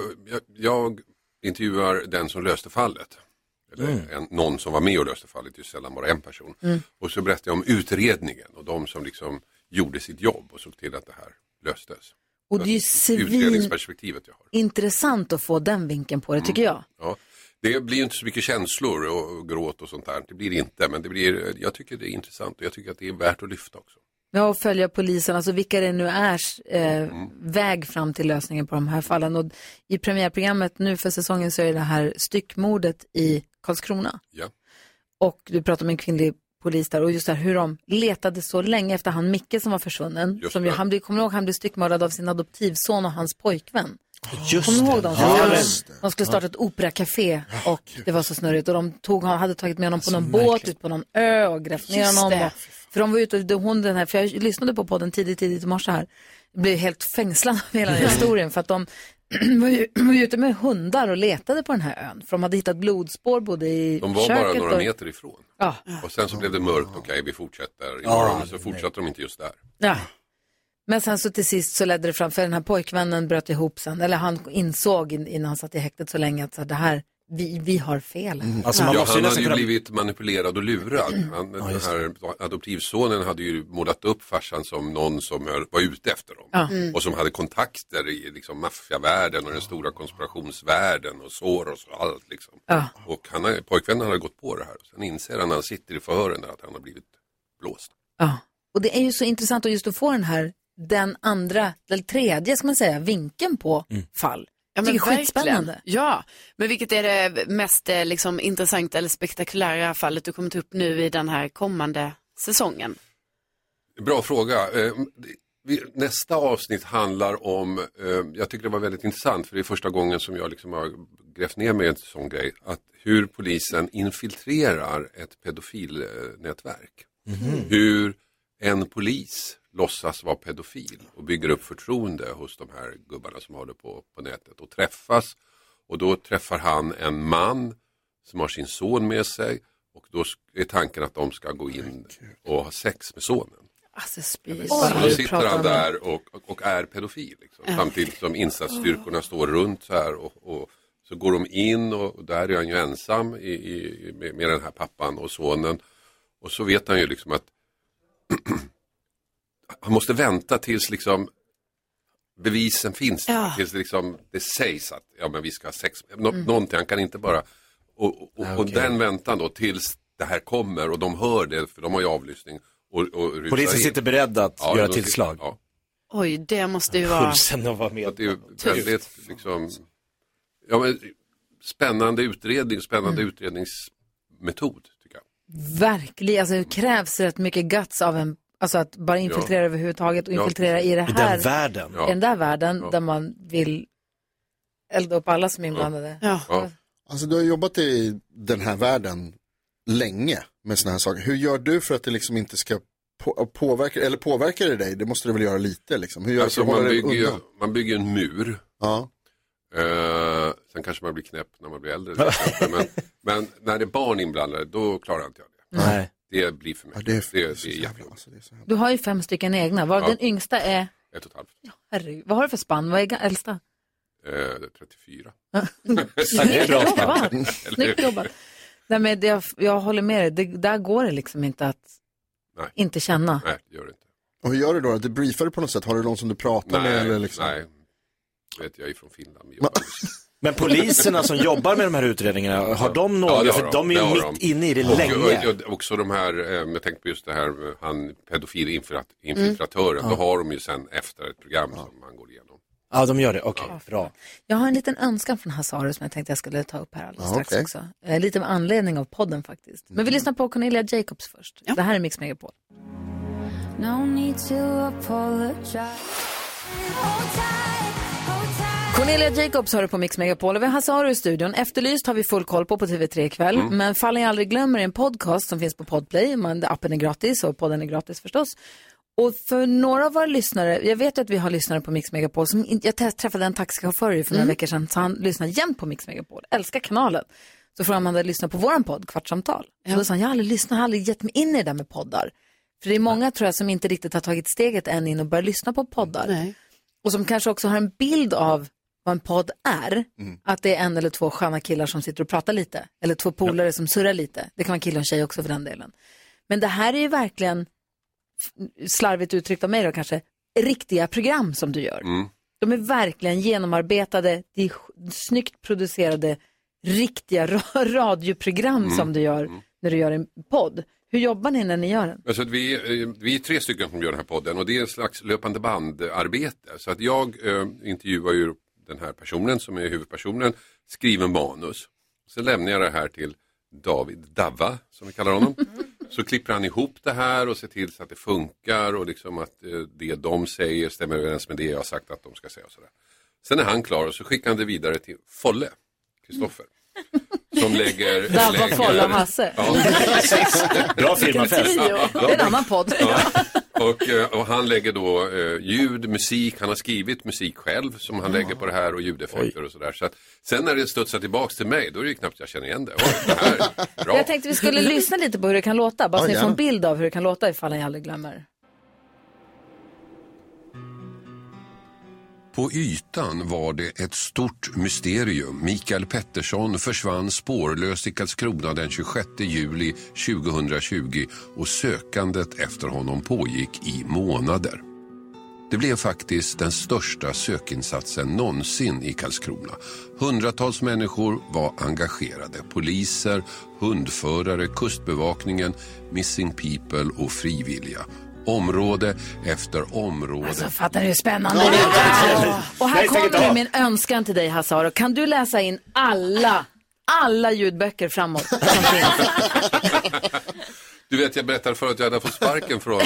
jag intervjuar den som löste fallet. Eller någon som var med och löste fallet, ju sällan bara en person. Och så berättade jag om utredningen och de som liksom gjorde sitt jobb och såg till att det här löstes. Och det är ju utredningsperspektivet jag har. Intressant att få den vinkeln på det, tycker jag. Ja. Det blir inte så mycket känslor och gråt och sånt där. Det blir inte, men jag tycker det är intressant och jag tycker att det är värt att lyfta också. Ja, och följa polisen, alltså vilka det nu är väg fram till lösningen på de här fallen. Och i premiärprogrammet nu för säsongen så är det här styckmordet i Karlskrona. Ja. Och du pratar om en kvinnlig polis där och just där hur de letade så länge efter han Micke som var försvunnen. Han blev styckmördad av sin adoptivson och hans pojkvän. Kommer du ihåg dem? De skulle starta ett operacafé och det var så snurrigt. Och de hade tagit med honom på någon båt ut på någon ö och grävt ner honom. För de var ute och för jag lyssnade på podden tidigt i morse här. Jag blev helt fängslad av hela den historien för att de var ute med hundar och letade på den här ön. För de hade hittat blodspår både i de var köket bara några meter ifrån. Ja. Och sen så blev det mörkt, vi fortsätter imorgon. Så fortsatte de inte just där. Ja. Men sen så till sist så ledde det fram, för den här pojkvännen bröt ihop sen. Eller han insåg innan han satt i häktet så länge att det här, vi har fel. Alltså, han hade ju blivit manipulerad och lurad. Den här adoptivsonen hade ju målat upp farsan som någon som var ute efter dem. Och som hade kontakter i liksom maffiavärlden och den stora konspirationsvärlden och Soros och allt liksom. Och pojkvännen hade gått på det här. Sen inser han när han sitter i förhören att han har blivit blåst. Ja, och det är ju så intressant att just att få den andra, eller tredje ska man säga, vinkeln på fall. Ja, men det är skitspännande. Ja, men vilket är det mest liksom intressanta eller spektakulära fallet du kommer ta upp nu i den här kommande säsongen? Bra fråga. Nästa avsnitt handlar om, jag tycker det var väldigt intressant för det är första gången som jag liksom har grävt ner med en sån grej, att hur polisen infiltrerar ett pedofilnätverk. Hur en polis låtsas vara pedofil och bygger upp förtroende hos de här gubbarna som håller på nätet och träffas. Och då träffar han en man som har sin son med sig och då är tanken att de ska gå in och ha sex med sonen. Alltså, då sitter han där och är pedofil. Liksom. Samtidigt som insatsstyrkorna står runt så här och så går de in och där är han ju ensam med den här pappan och sonen. Och så vet han ju liksom att han måste vänta tills liksom bevisen finns. Ja. Tills liksom det sägs att men vi ska ha sex. Någonting, han kan inte bara... Och den väntan då tills det här kommer och de hör det, för de har ju avlyssning. Och polisen sitter beredda att göra tillslag. Ja. Oj, det måste ju vara... Pulsen att vara med. Det är ju väldigt liksom... Ja, men spännande utredningsmetod, tycker jag. Verkligen, alltså det krävs rätt mycket guts av en, alltså att bara infiltrera överhuvudtaget och infiltrera i det här. I den världen. I den där världen där man vill elda upp alla som är inblandade. Ja. Alltså du har jobbat i den här världen länge med såna här saker. Hur gör du för att det liksom inte ska påverka, eller påverkar det dig? Det måste du väl göra lite liksom. Hur gör alltså, du för att hålla dig undan? Man bygger en mur. Ja. Sen kanske man blir knäpp när man blir äldre. men när det är barn inblandade, då klarar inte jag det. Nej. Det blir för mycket. Ja, det är jävla. Alltså, Du har ju 5 stycken egna. Den yngsta är... 1,5. Ja, herregud. Vad har du för spann? Vad är äldsta? 34. Snyggt jobbat. Snyggt jobbat. Nej, men jag håller med dig. Där går det liksom inte att inte känna. Nej, det gör det inte. Och hur gör du då? Du briefar du på något sätt? Har du någon som du pratar med? Eller liksom? Nej. Jag är från Finland. Men poliserna som jobbar med de här utredningarna, har de några? Ja, för de är ju mitt inne i det länge. Och också de här, jag tänkte på just det här, han pedofilinfiltratören, då har de ju sen efter ett program som man går igenom. Ja, de gör det. Okej, bra. Jag har en liten önskan från Hasaru som jag tänkte jag skulle ta upp här alldeles strax också. Lite med anledning av podden faktiskt. Men vi lyssnar på Cornelia Jacobs först. Det här är Mix Megapol. No need to apologize. Cornelia Jacobs har du på Mix Megapol och vi har Hasaru i studion. Efterlyst har vi full koll på TV3 ikväll. Men Fallen jag aldrig glömmer är en podcast som finns på Podplay. Appen är gratis och podden är gratis förstås. Och för några av våra lyssnare, jag vet att vi har lyssnare på Mix Megapol som jag träffade en taxichaufför för några veckor sedan, så han lyssnar jämt på Mix Megapol, älskar kanalen. Så frågade man hade lyssnat på våran podd, Kvartsamtal. Så då sa han, jag har aldrig lyssnat, har aldrig gett mig in i det där med poddar. För det är många tror jag som inte riktigt har tagit steget än in och börjar lyssna på poddar. Nej. Och som kanske också har en bild av vad en podd är. Att det är 1 eller 2 sköna killar som sitter och pratar lite. Eller 2 polare som surrar lite. Det kan vara kille och tjej också för den delen. Men det här är ju verkligen, slarvigt uttryckt av mig då kanske, riktiga program som du gör. De är verkligen genomarbetade, det är snyggt producerade, riktiga radioprogram som du gör när du gör en podd. Hur jobbar ni när ni gör den? Alltså vi är 3 stycken som gör den här podden och det är en slags löpande bandarbete. Så att jag intervjuar ju den här personen som är huvudpersonen, skriver manus. Sen lämnar jag det här till David Davva, som vi kallar honom. Så klipper han ihop det här och ser till så att det funkar och liksom att det de säger stämmer överens med det jag har sagt att de ska säga och sådär. Sen är han klar och så skickar han det vidare till Folle, Kristoffer. Som lägger... Davva, Folle och Hasse. Ja. Bra firmafest. Det är en annan podd. Ja. Och han lägger då ljud, musik, han har skrivit musik själv som han lägger på det här och ljudeffekter och sådär. Så att sen när det studsar tillbaks till mig, då är det knappt jag känner igen det. Det här, bra. Jag tänkte vi skulle lyssna lite på hur det kan låta, bara så ni får en bild av hur det kan låta ifall jag aldrig glömmer. På ytan var det ett stort mysterium. Mikael Pettersson försvann spårlöst i Karlskrona den 26 juli 2020 och sökandet efter honom pågick i månader. Det blev faktiskt den största sökinsatsen någonsin i Karlskrona. Hundratals människor var engagerade. Poliser, hundförare, kustbevakningen, Missing People och frivilliga. Område efter område. Alltså fattar du hur spännande det är? Och här kommer nu min önskan till dig, Hassar. Kan du läsa in alla ljudböcker framåt som finns? Du vet, jag berättade för att jag hade fått sparken från...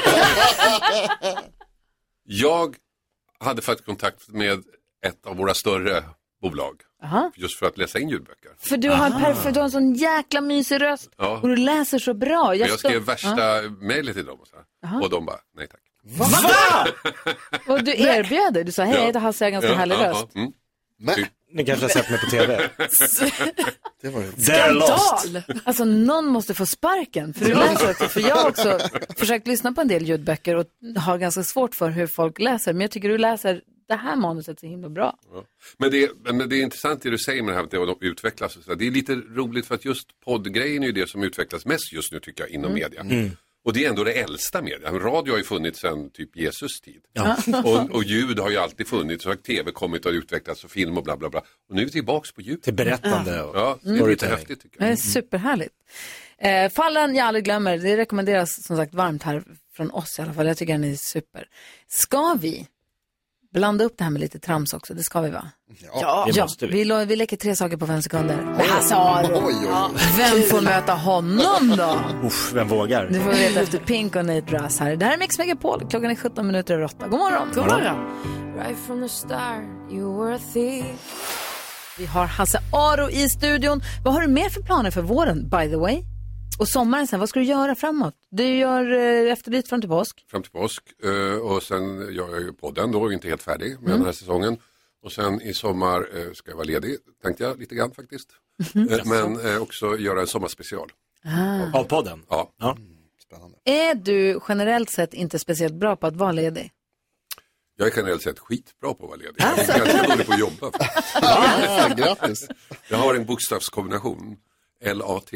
Jag hade fått kontakt med ett av våra större bolag. Aha. Just för att läsa in ljudböcker. För du har en sån jäkla mysig röst. Ja. Och du läser så bra. Jag skrev värsta mejlet till dem och så här. Och de bara, nej tack. Va? Och du erbjöd dig. Du sa, hej, jag heter Hasse, jag har ganska härlig röst. Ni kanske har sett mig på tv. Det var skandal! Alltså någon måste få sparken. För du läser också. För jag har också försökt lyssna på en del ljudböcker och har ganska svårt för hur folk läser. Men jag tycker du läser det här manuset så himla bra. Ja. Men det är intressant det du säger med det här att de utvecklas. Och så. Det är lite roligt för att just poddgrejen är ju det som utvecklas mest just nu tycker jag inom media. Och det är ändå det äldsta mediet. Radio har ju funnits sedan typ Jesus tid. Ja. Och ljud har ju alltid funnits. Och tv kommit och utvecklats och film och bla bla bla. Och nu är vi tillbaks på ljud. Till berättande. Ja, det är lite häftigt tycker jag. Det är superhärligt. Fallen jag aldrig glömmer, det rekommenderas som sagt varmt här från oss i alla fall. Jag tycker den är super. Ska vi blanda upp det här med lite trams också? Det ska vi, va? Ja, det måste vi. Vi leker 3 saker på 5 sekunder. Hasse Aro. Ja. Vem får möta honom då? Vem vågar? Du får veta efter Pink och Nate Russ här. Det här är Mix Megapol. Klockan är 17:08. God morgon. God morgon. Right from the start, you were a thief. Vi har Hasse Aro i studion. Vad har du mer för planer för våren, by the way? Och sommaren sen, vad ska du göra framåt? Du gör Efterlyst fram till påsk. Fram till påsk. Och sen gör jag ju podden då, inte helt färdig med den här säsongen. Och sen i sommar ska jag vara ledig, tänkte jag lite grann faktiskt. Men också göra en sommarspecial. Av podden? Ja. Spännande. Är du generellt sett inte speciellt bra på att vara ledig? Jag är generellt sett skitbra på att vara ledig. Jag är ganska dålig på att jobba. Grattis. Jag har en bokstavskombination. LAT.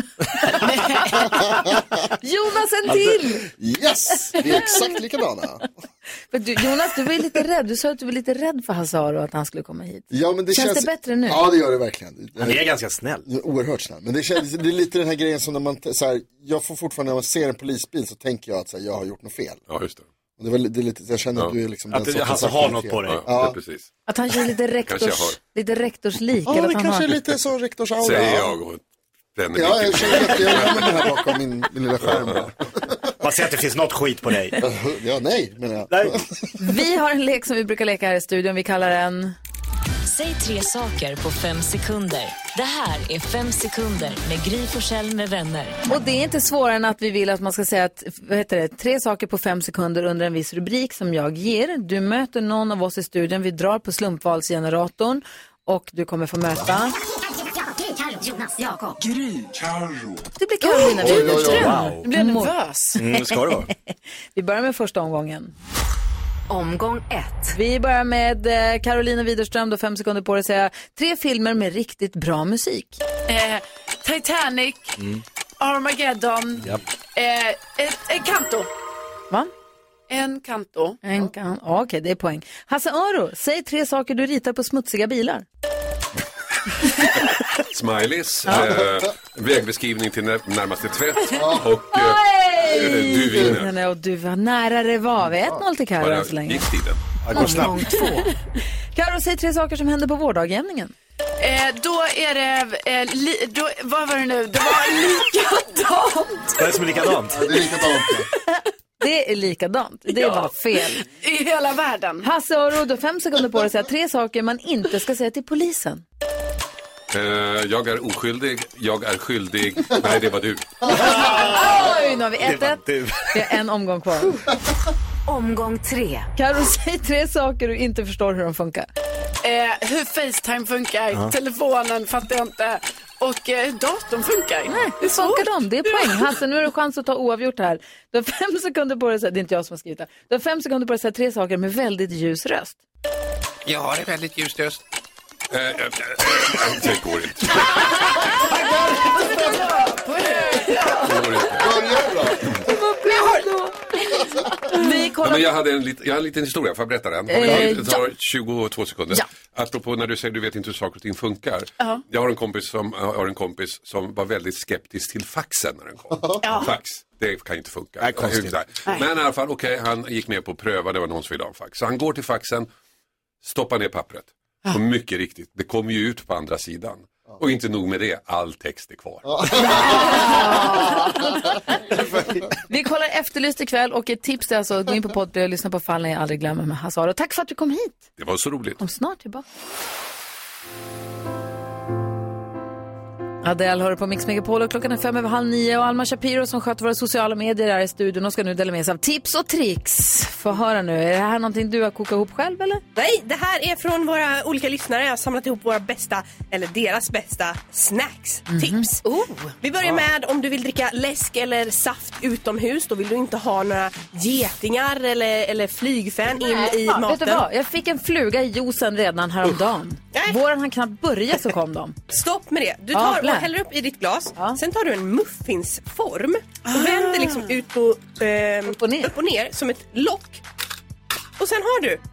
Jonas, en till! Yes, vi är exakt likadana. Jonas, du var ju lite rädd. Du sa att du var lite rädd för Hasse Aro att han skulle komma hit. Ja, men det känns det bättre nu? Ja, det gör det verkligen. Han är ganska snäll. Oerhört snäll. Men det är lite den här grejen som när man så här, jag får fortfarande när man ser en polisbil så tänker jag att så här, jag har gjort något fel. Ja, just det. Och det är lite, jag känner att du är liksom att Hasse har något på dig. Ja, precis. Att han kör lite rektorslik. Ja, eller det att kanske är lite så rektorsaura. Säger jag och ja, jag känner att jag är med här bakom min lilla skärm. Man ser att det finns något skit på dig. Ja, nej, menar jag. Nej. Vi har en lek som vi brukar leka här i studion. Vi kallar den... Säg 3 saker på 5 sekunder. Det här är 5 sekunder med Gry Forssell med vänner. Och det är inte svårare än att vi vill att man ska säga att, 3 saker på 5 sekunder under en viss rubrik som jag ger. Du möter någon av oss i studion. Vi drar på slumpvalsgeneratorn och du kommer få möta... Jonas, Jakob. Gry, Carro. Det blir Carolina Widerström. Wow. Du blir nervös. Det ska det vara. Vi börjar med första omgången. Omgång 1. Vi börjar med Carolina Widerström. Då 5 sekunder på det säga 3 filmer med riktigt bra musik. Titanic, Armageddon, Encanto. Va? Encanto. Okej, det är poäng. Hasse Aro, säg 3 saker du ritar på smutsiga bilar. Smileys, vägbeskrivning till närmaste tvätt och du vinner. Och du var nära det var. Vi 1-0 till Karo än så länge. Gick tiden. Omgång 2. Karo, säg 3 saker som händer på vårdagjämningen. Då är det, vad var det nu? Det var likadant. Vad är det som är likadant? Det är likadant. Det är likadant. Det var fel. I hela världen. Hasse Aro, då 5 sekunder på det säga 3 saker man inte ska säga till polisen. Jag är oskyldig, jag är skyldig. Nej, det var du. Oj, nu har vi 1-1. Vi har en omgång kvar. Omgång 3. Karo, säg 3 saker du inte förstår hur de funkar. Hur FaceTime funkar, telefonen fattar jag inte. Och datorn funkar. Nej, hur funkar de? Det är poäng. Hasse, nu är det chans att ta oavgjort här. Du har 5 sekunder på dig. Det är inte jag som har skrivit det. Du har 5 sekunder på dig att säga 3 saker med väldigt ljus röst. Jag har en väldigt ljus röst. Det går inte. Jag hade en liten historia, får jag berätta den? Det tar 22 sekunder. Ja. Apropå när du säger du vet inte hur saker och ting funkar. Jag har en kompis som var väldigt skeptisk till faxen när den kom. Fax, det kan ju inte funka. Men i alla fall, han gick med på att pröva, det var någon som ville ha en fax. Så han går till faxen, stoppar ner pappret. Och mycket riktigt, det kommer ju ut på andra sidan. Och inte nog med det, all text är kvar. Vi kollar Efterlyst ikväll och ett tips är alltså att gå in på Podplay och lyssna på Fallen jag aldrig glömmer med Hasse Aro. Tack för att du kom hit. Det var så roligt. Om snart tillbaka. Adele hör på Mix Megapol och klockan är 8:05 och Alma Shapiro som sköter våra sociala medier är i studion och ska nu dela med sig av tips och tricks. Få höra nu, är det här någonting du har kokat ihop själv eller? Nej, det här är från våra olika lyssnare. Jag har samlat ihop våra bästa, eller deras bästa snacks-tips. Vi börjar med om du vill dricka läsk eller saft utomhus. Då vill du inte ha några getingar eller flygfän in i maten. Vet du vad? Jag fick en fluga i juicen redan häromdagen. Våren han knappt börja så kom de. Stopp med det. Du tar och häller upp i ditt glas. Sen tar du en muffinsform och vänder liksom ut på upp och ner som ett lock. Och sen har du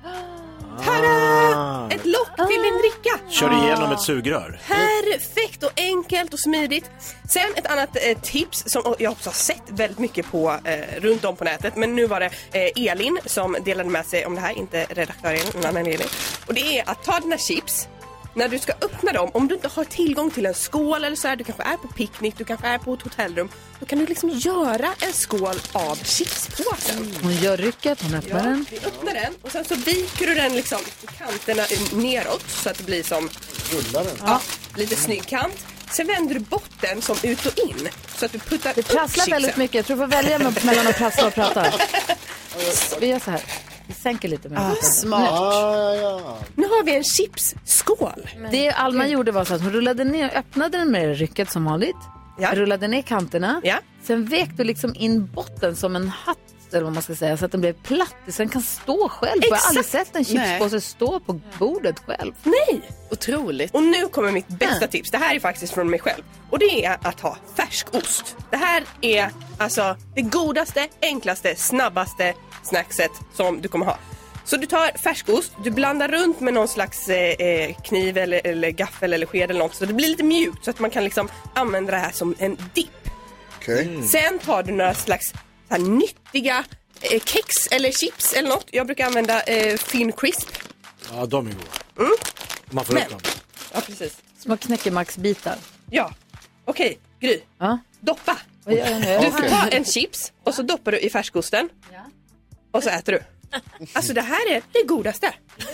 ett lock till din dricka. Kör igenom ett sugrör. Perfekt och enkelt och smidigt. Sen ett annat tips som jag också har sett väldigt mycket på runt om på nätet. Men nu var det Elin som delade med sig om det här. Inte redaktören, en annan Elin. Och det är att ta dina chips. När du ska öppna dem, om du inte har tillgång till en skål eller så här, du kanske är på picknick, du kanske är på ett hotellrum, då kan du liksom göra en skål av chipspåsen. Hon gör rycket, hon öppnar den. Du öppnar den och sen så viker du den liksom kanterna neråt så att det blir som rullar den. Ja, lite snygg kant. Sen vänder du botten som ut och in så att du puttar det prasslar väldigt mycket. Jag tror du får välja mellan att prassla och prata. Vi gör så här. Vi sänker lite med smart. Nu har vi en chipsskål. Det Alma gjorde var så att hon rullade ner, öppnade den med rycket som vanligt. Rullade ner kanterna. Sen vek du liksom in botten som en hatt eller vad man ska säga, så att den blev platt. Så den kan stå själv. Jag har aldrig sett en chipspåse stå på bordet själv. Nej! Otroligt. Och nu kommer mitt bästa tips. Det här är faktiskt från mig själv. Och det är att ha färskost. Det här är alltså det godaste, enklaste, snabbaste snackset som du kommer ha. Så du tar färskost, du blandar runt med någon slags kniv eller gaffel eller sked eller något, så det blir lite mjukt så att man kan liksom använda det här som en dipp. Sen tar du några slags så här nyttiga kex eller chips eller något. Jag brukar använda Thin Crisp. Ja, de är goda. Man får upp dem. Ja, precis. Små knäckemaxbitar. Ja, okej, Gry. Doppa. Vad gör jag nu? Du får ta en chips och så doppar du i färskosten. Och så äter du. Alltså det här är det godaste.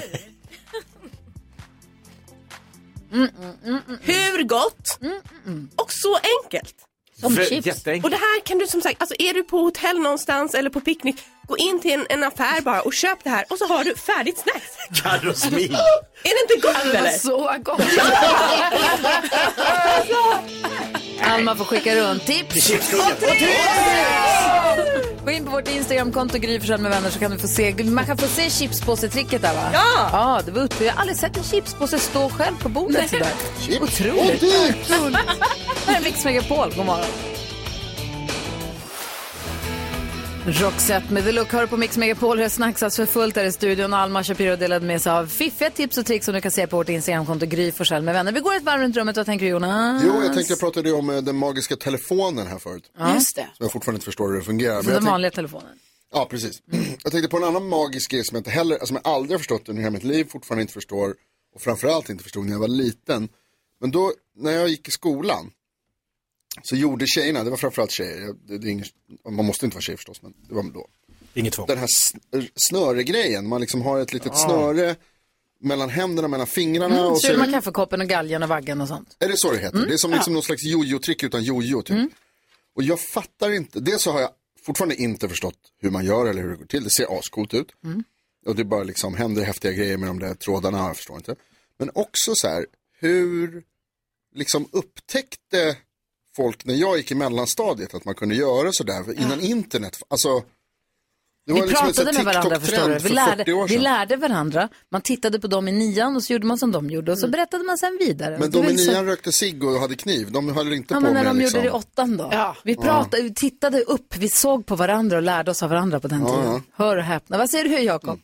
Hur gott? Och så enkelt. Som chips. Och det här kan du som sagt, alltså är du på hotell någonstans eller på picknick, gå in till en affär bara och köp det här och så har du färdigt snacks. Karosmin. Är det inte gott eller? Så gott. Alma får skicka runt tips. Gå in på vårt Instagramkonto Gry Forssell med vänner så kan du få se. Man kan få se chipspåse-tricket där, va? Ja! Det var uppe. Jag har aldrig sett en chipspåse stå själv på bordet sådär. Otroligt. Här är Mix Megapol. God morgon. Roxette med The Look hör på Mix Megapol. Det snacksas för fullt här i studion. Alma Shapiro delade med sig av fiffiga tips och tricks som du kan se på vårt Instagramkonto Gry Forssell med vänner. Vi går ett varv runt rummet. Vad tänker du, Jonas? Jo, jag tänkte jag pratade om den magiska telefonen här förut. Just det. Som jag fortfarande inte förstår hur det fungerar. Så den vanliga telefonen. Ja, precis. Jag tänkte på en annan magisk grej som jag inte heller, som jag aldrig har förstått under hela mitt liv, fortfarande inte förstår och framförallt inte förstod när jag var liten. Men då, när jag gick i skolan så gjorde tjejerna, det var framförallt tjejer, det är inget, man måste inte vara tjej förstås, men det var då. Inget tvång. Den här snöregrejen, man liksom har ett litet snöre mellan händerna, mellan fingrarna. Och så man kaffekoppen och galgen och vaggen och sånt. Är det så det heter? Det är som liksom någon slags jojo-trick utan jojo typ. Och jag fattar inte, det så har jag fortfarande inte förstått hur man gör eller hur det går till. Det ser ascoolt ut. Och det bara liksom händer häftiga grejer med de där trådarna, jag förstår inte. Men också så här, hur liksom upptäckte folk när jag gick i mellanstadiet att man kunde göra sådär innan internet, alltså det var vi liksom pratade med varandra, förstår du. Vi lärde varandra. Man tittade på dem i 9:an och så gjorde man som de gjorde. Och så berättade man sen vidare. Men de i 9:an rökte cigg och hade kniv. De höll inte på men när med de liksom... gjorde det i 8:an då. Ja. Vi pratade, vi tittade upp. Vi såg på varandra och lärde oss av varandra på den tiden. Hör och häpna. Vad säger du, Jakob?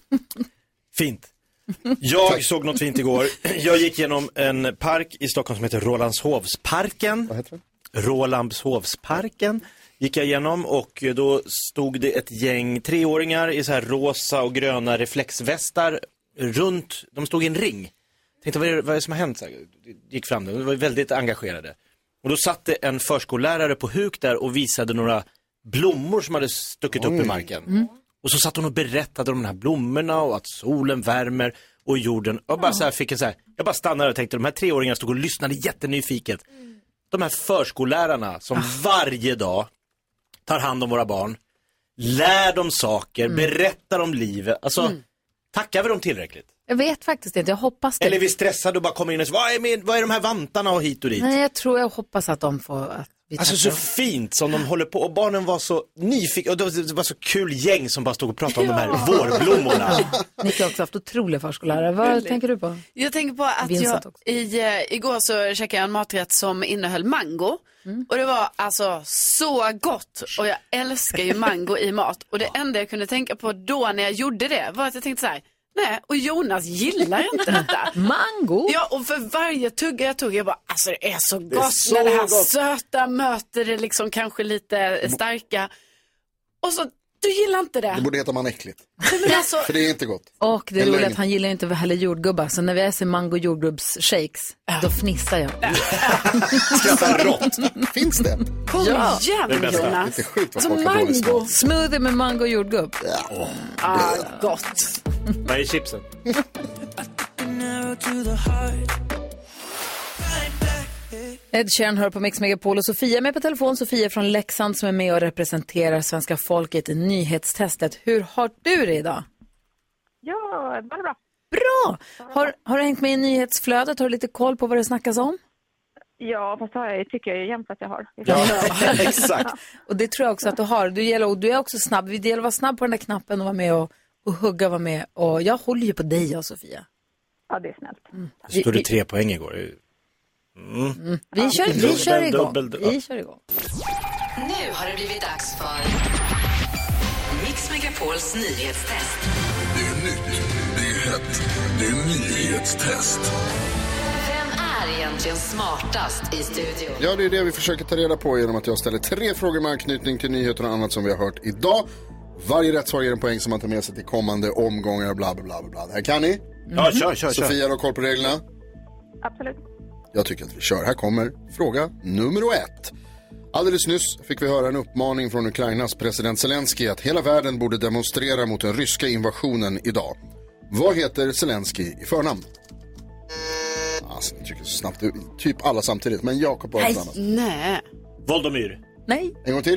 Fint. Jag såg något fint igår. Jag gick genom en park i Stockholm som heter Rålambshovsparken. Vad heter det? Rålambshovsparken gick jag igenom och då stod det ett gäng 3-åringar i så här rosa och gröna reflexvästar runt, de stod i en ring. Tänkte vad är det som har hänt? Så här, gick fram där, de var väldigt engagerade. Och då satt det en förskollärare på huk där och visade några blommor som hade stuckit upp i marken. Och så satt hon och berättade om de här blommorna och att solen värmer och jorden. Och bara så här fick jag bara stannade och tänkte, de här 3-åringarna stod och lyssnade jättenyfiket. De här förskollärarna som varje dag tar hand om våra barn, lär dem saker, berättar om livet. Alltså, tackar vi dem tillräckligt? Jag vet faktiskt inte, jag hoppas det. Eller är vi stressade och bara kommer in och säger, vad är de här vantarna och hit och dit? Nej, jag hoppas att de får... Att vi alltså så fint som de håller på, och barnen var så nyfikna, och det var så kul gäng som bara stod och pratade om de här vårblommorna. Ni har också haft otroliga förskollärare. Vad tänker du på? Jag tänker på att igår så käkade jag en maträtt som innehöll mango. Och det var alltså så gott. Och jag älskar ju mango i mat. Och det enda jag kunde tänka på då när jag gjorde det var att jag tänkte så här: nej, och Jonas gillar inte detta. Mango? Ja, och för varje tugga jag tog, jag bara, alltså det är så gott så när det här gott. Söta möter det liksom kanske lite starka. Och så, du gillar inte det. Det borde heta man äckligt. Alltså, för det är inte gott. Och det är roligt att han gillar inte heller jordgubbar. Så när vi äter mango jordgubbsshakes, då fnissar jag. Skrattar rått. Finns det? Kom igen, Jonas. Inte sjukt vad Så folk har dålig mango. smak. Smoothie med mango och jordgubb. Gott. Vad är chipsen? Ed Sheeran hör på Mix Megapol och Sofia är med på telefon. Sofia från Leksand som är med och representerar svenska folket i nyhetstestet. Hur har du det idag? Ja, det var bra. Bra! Har du hängt med i nyhetsflödet? Har du lite koll på vad det snackas om? Ja, fast jag tycker jag jämt att jag har. Ja, exakt. Och det tror jag också att du har. Du är också snabb. Det gäller att vara snabb på den där knappen och vara med och hugga, vara med. Och jag håller ju på dig och Sofia. Ja, det är snällt. Stod det 3 poäng igår? Vi kör igång. Vi kör igång. Nu har det blivit dags för Mix Megapols nyhetstest. Det är nytt, det är hett, det är nyhetstest. Vem är egentligen smartast i studion? Ja, det är det vi försöker ta reda på genom att jag ställer 3 frågor med anknytning till nyheter och annat som vi har hört idag. Varje rätt svar ger en poäng som man tar med sig till kommande omgångar, bla bla bla bla. Det här kan ni? Ja, kör. Sofia har koll på reglerna? Absolut. Jag tycker att vi kör. Här kommer fråga nummer 1. Alldeles nyss fick vi höra en uppmaning från Ukrainas president Zelensky att hela världen borde demonstrera mot den ryska invasionen idag. Vad heter Zelensky i förnamn? Alltså, jag tycker så snabbt. Typ alla samtidigt, men Jakob bara ett annat. Nej. Volodymyr. Nej. En gång till.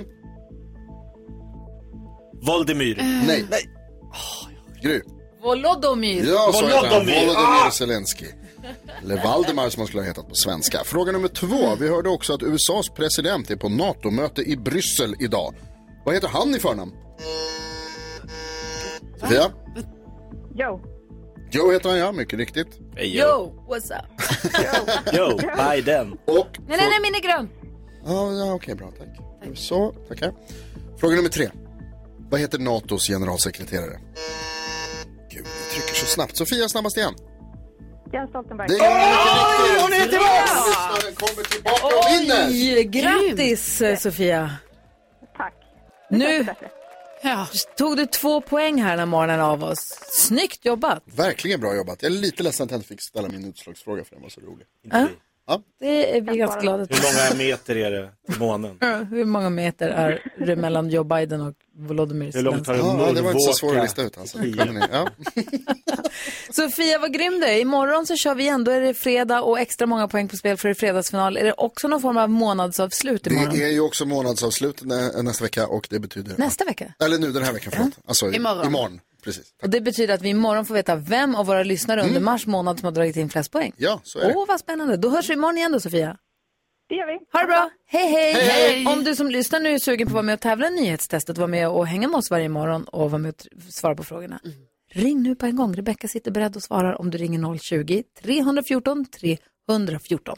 Volodymyr. Nej. Gry. Volodymyr. Ja, så heter han. Volodymyr. Zelensky. Eller Valdemar som man skulle ha hetat på svenska. Fråga nummer 2. Vi hörde också att USAs president är på NATO-möte i Bryssel idag. Vad heter han i förnamn? Sofia? Joe heter han, ja, mycket riktigt. Hey, Yo, what's up? Yo, Biden. Och Nej, min är grön. Ja, okej, bra, tack. Så, tackar. Fråga nummer 3. Vad heter NATOs generalsekreterare? Gud, jag trycker så snabbt. Sofia, snabbast igen. Jens Stoltenberg. Det är hon är tillbaka! Den kommer tillbaka och vinner! Grattis, Sofia. Tack. Nu tog du 2 poäng här den här morgonen av oss. Snyggt jobbat. Verkligen bra jobbat. Jag är lite ledsen att jag inte fick ställa min utslagsfråga för den var så rolig. Ja. Det är vi ganska glada till. Hur många meter är det till månen? Hur många meter är det mellan Joe Biden och Volodymyr Zelensky? Hur långt har det var inte så svårt att lista ut alltså. Sofia, vad grym du är. Imorgon så kör vi igen. Då är det fredag och extra många poäng på spel för det fredagsfinal. Är det också någon form av månadsavslut imorgon? Det är ju också månadsavslut nästa vecka och det betyder... Nästa vecka? Eller nu den här veckan, förlåt. Alltså imorgon. Precis. Och det betyder att vi imorgon får veta vem av våra lyssnare under mars månad som har dragit in flest poäng. Ja, så är det. Vad spännande. Då hörs vi imorgon igen då, Sofia. Det gör vi. Ha det bra. Hej. Hej. Om du som lyssnar nu är sugen på att vara med och tävla i nyhetstestet, vara med och hänga med oss varje morgon och vara med och svara på frågorna. Ring nu på en gång. Rebecka sitter beredd och svarar om du ringer 020-314 314.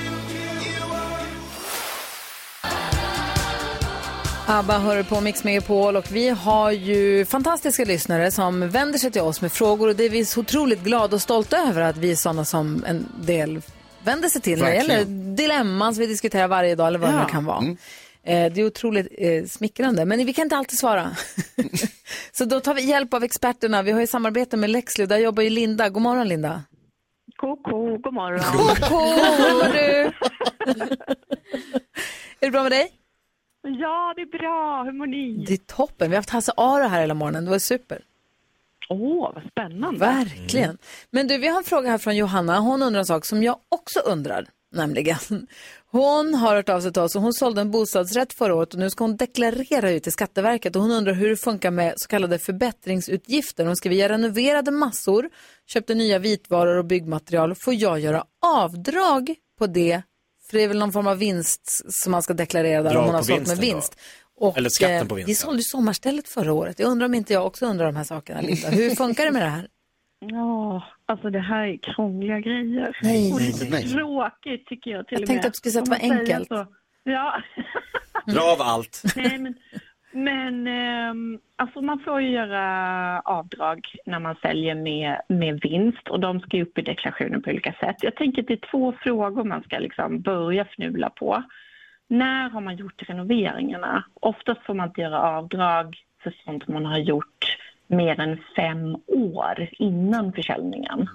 Abba hör på Mix Megapol och vi har ju fantastiska lyssnare som vänder sig till oss med frågor och det är vi så otroligt glada och stolta över att vi är sådana som en del vänder sig till när det gäller dilemman som vi diskuterar varje dag eller vad det kan vara. Det är otroligt smickrande, men vi kan inte alltid svara. Så då tar vi hjälp av experterna. Vi har ju samarbete med Lexley, där jobbar ju Linda. God morgon, Linda. God morgon. Hur mår du? Är det bra med dig? Ja, det är bra. Hur mår ni? Det är toppen. Vi har haft Hasse Aro här hela morgonen. Det var super. Vad spännande. Verkligen. Men du, vi har en fråga här från Johanna. Hon undrar en sak som jag också undrar. nämligen. Hon har hört av sig till oss och hon sålde en bostadsrätt förra året och nu ska hon deklarera ut till Skatteverket och hon undrar hur det funkar med så kallade förbättringsutgifter. Hon skriver, jag renoverade massor, köpte nya vitvaror och byggmaterial. Får jag göra avdrag på det? För det är väl någon form av vinst som man ska deklarera där om man har sålt med vinst. Och, eller skatten på vinst. Vi sålde sommarstället förra året. Jag undrar om inte jag också undrar de här sakerna, Linda. Hur funkar det med det här? Ja, alltså det här är krångliga grejer. Nej. Och lite tråkigt tycker jag till och med. Jag tänkte att du skulle säga att det var enkelt. Ja. Dra av allt. Nej, men alltså man får ju göra avdrag när man säljer med vinst och de ska upp i deklarationen på olika sätt. Jag tänker att det är 2 frågor man ska liksom börja fnula på. När har man gjort renoveringarna? Oftast får man inte göra avdrag för sånt man har gjort mer än 5 år innan försäljningen.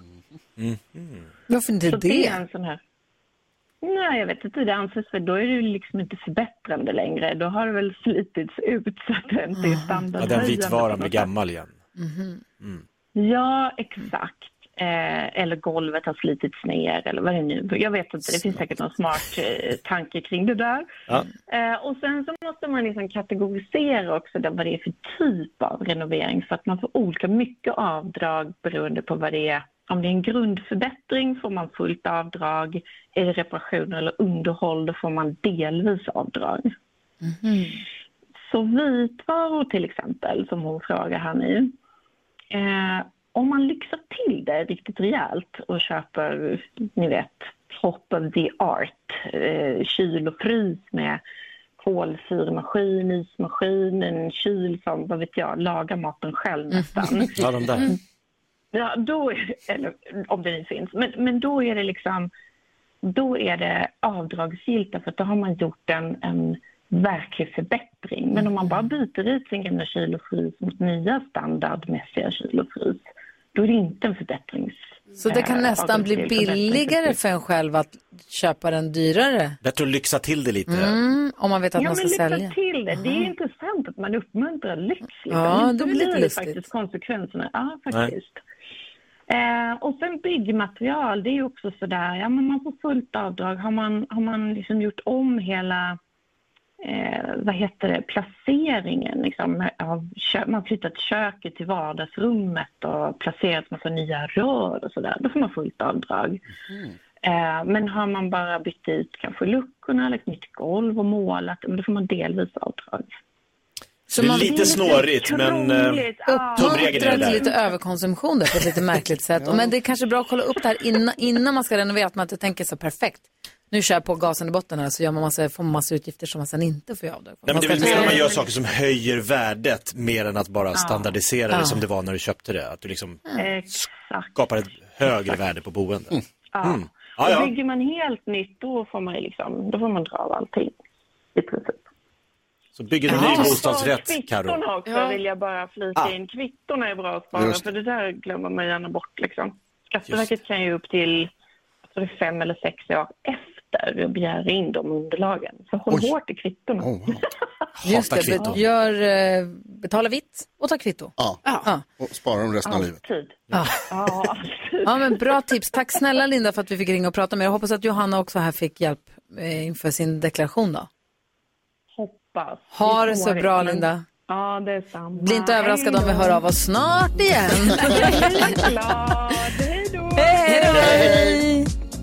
Varför inte så det? Det är en sån här... Nej, jag vet inte. Det anses för då är det liksom inte förbättrande längre. Då har det väl slitits ut så att det inte är standardhöjande. Ja, den vitvaran blir gammal igen. Ja, exakt. Eller golvet har slitits ner eller vad det är nu. Jag vet inte, det finns säkert någon smart tanke kring det där. Ja. Och sen så måste man liksom kategorisera också vad det är för typ av renovering. För att man får olika mycket avdrag beroende på vad det är. Om det är en grundförbättring får man fullt avdrag. Är det reparation eller underhåll då får man delvis avdrag. Så vitvaror till exempel, som hon frågar här nu. Om man lyxar till det riktigt rejält och köper, ni vet, top of the art, kyl och frys med kolsyremaskin, ismaskin, en kyl som, vad vet jag, lagar maten själv nästan. Ja, de där. Ja, då, eller om det nu finns. Men då är det liksom, då är det avdragsgillt för att då har man gjort en verklig förbättring. Men om man bara byter ut sin gamla kyl och frys mot nya standardmässiga kyl och frys, då är det inte en förbättrings... Så det kan nästan bli billigare för en själv att köpa den dyrare? Bättre att lyxa till det lite. Om man vet att man ska sälja. Ja, men lyxa till det. Det är intressant att man uppmuntrar lyx. Ja, det blir lite lustigt. Faktiskt konsekvenserna. Ja, faktiskt. Och sen byggmaterial, det är ju också sådär, ja men man får fullt avdrag. Har man liksom gjort om hela... placeringen liksom, man flyttat köket till vardagsrummet och placerat massa nya rör och sådär, då får man fullt avdrag. Men har man bara bytt ut kanske luckorna eller ett nytt golv och målat, då får man delvis avdrag. Så det är lite snårigt, men uppmuntrar till lite överkonsumtion där på ett lite märkligt sätt. Ja. Men det är kanske bra att kolla upp det här innan man ska renovera, att man inte tänker så perfekt. Nu kör jag på gasen i botten här så gör man får man massa utgifter som man sen inte får göra avdrag. Nej, men det är väl mer om man gör saker som höjer värdet mer än att bara standardisera det som det var när du köpte det. Att du liksom skapar ett högre värde på boendet. Och bygger man helt nytt då får man dra av allting i princip. Så bygger du en ny bostadsrätt, Karo. Kvittorna också vill jag bara flika in. Kvittorna är bra att spara för det där glömmer man gärna bort liksom. Skatteverket kan ju upp till 5 eller 6 år efter och begära in de underlagen. Så håll hårt i kvittorna. Just det, betala vitt och ta kvitto. Ja. Och spara dem resten av livet. Ja, men bra tips. Tack snälla Linda för att vi fick ringa och prata med er. Jag hoppas att Johanna också här fick hjälp inför sin deklaration då. Hoppas. Ha det så bra Linda. Ja, det är samma. Bli inte överraskad om vi hör av oss snart igen. Klart. Hej då. Hej.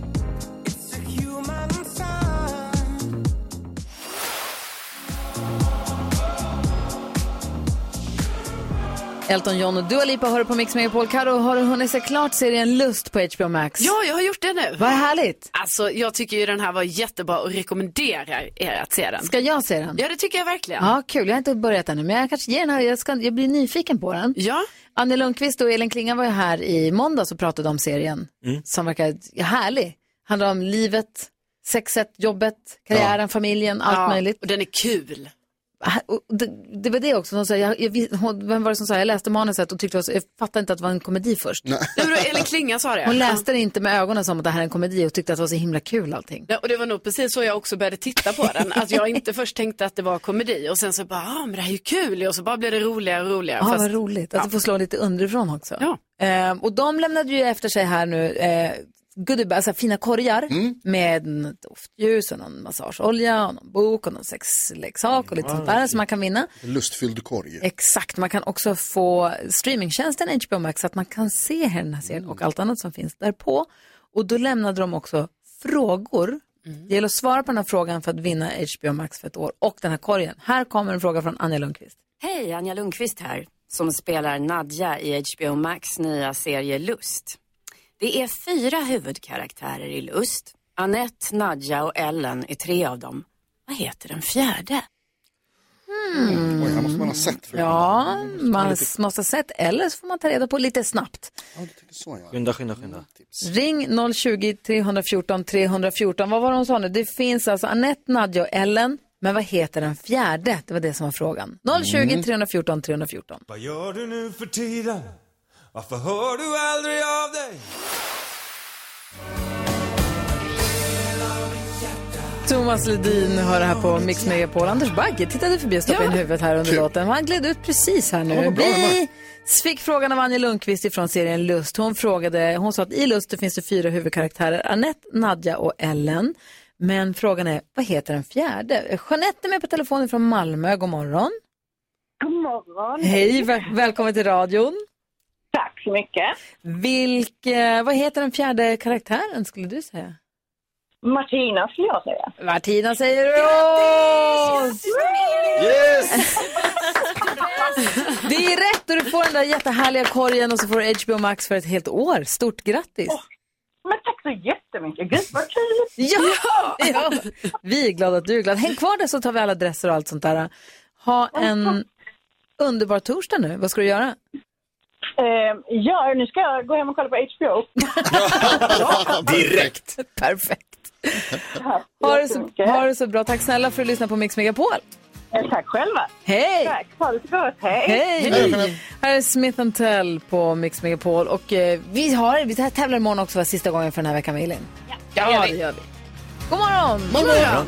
Elton John och Dua Lipa hör på Mix Megapol. Karo, har du hunnit se klart serien Lust på HBO Max? Ja, jag har gjort det nu. Vad härligt. Alltså, jag tycker ju den här var jättebra och rekommenderar er att se den. Ska jag se den? Ja, det tycker jag verkligen. Ja, kul. Jag har inte börjat ännu, men jag kanske ger den här. Jag blir nyfiken på den. Ja. Annie Lundqvist och Elin Klinga var ju här i måndags och pratade om serien som verkar härlig. Handlar om livet, sexet, jobbet, karriären, familjen, allt möjligt. Och den är kul. Det var det också. Vem var det som sa? Jag läste manuset och tyckte jag fattade inte att det var en komedi först. Elin Klinga sa det. Hon läste det inte med ögonen som att det här är en komedi och tyckte att det var så himla kul allting. Ja, och det var nog precis så jag också började titta på den. Att jag inte först tänkte att det var komedi och sen så bara, men det här är ju kul. Och så bara blev det roligare och roligare. Ja, vad roligt. Att du får slå lite underifrån också. Ja. Och de lämnade ju efter sig här nu goodiebag, alltså fina korgar med doftljus och någon massageolja och någon bok och någon sexleksak och lite sånt där som man kan vinna. En lustfylld korg. Exakt, man kan också få streamingtjänsten HBO Max så att man kan se den här serien och allt annat som finns där på. Och då lämnade de också frågor. Det gäller att svara på den här frågan för att vinna HBO Max för ett år och den här korgen. Här kommer en fråga från Anja Lundqvist. Hej, Anja Lundqvist här, som spelar Nadja i HBO Max nya serie Lust. Det är 4 huvudkaraktärer i Lust. Annette, Nadja och Ellen är 3 av dem. Vad heter den 4:e? Oj, här måste man ha sett. Ja, man måste ha sett eller så får man ta reda på lite snabbt. Ja, du tänker så, ja. Skynda. Ring 020-314-314. Vad var det hon sa nu? Det finns alltså Annette, Nadja och Ellen. Men vad heter den 4:e? Det var det som var frågan. 020-314-314. Vad gör du nu för tiden? Varför hör du aldrig av dig? Thomas Ledin hör det här på Mix Megapol. Anders Bagge tittade förbi och stoppade in huvudet här under låten. Han gled ut precis här nu. Vi fick frågan av Anja Lundqvist från serien Lust. Hon sa att i Lust finns det 4 huvudkaraktärer. Annette, Nadja och Ellen. Men frågan är, vad heter den 4:e? Jeanette är med på telefonen från Malmö. God morgon. God morgon. Hej, välkommen till radion. Tack så mycket. Vad heter den 4:e karaktären skulle du säga? Martina skulle jag säga. Martina säger du. Yes! Det är rätt och du får den där jättehärliga korgen och så får du HBO Max för ett helt år. Stort grattis. Men tack så jättemycket. Gud vad kul. Ja. Vi är glada att du är glad. Häng kvar där så tar vi alla adresser och allt sånt där. Ha en underbar torsdag nu. Vad ska du göra? Nu ska jag gå hem och kolla på HBO. Direkt. Perfekt. Ha det så bra. Tack snälla för att lyssna på Mix Megapol. Tack själva. Hej. Tack, ha det så gott. Hej. Hej. Här är Smith & Tell på Mix Megapol. Och vi tävlar imorgon också för sista gången för den här veckan med Elin. Ja, det gör vi. God morgon. God morgon.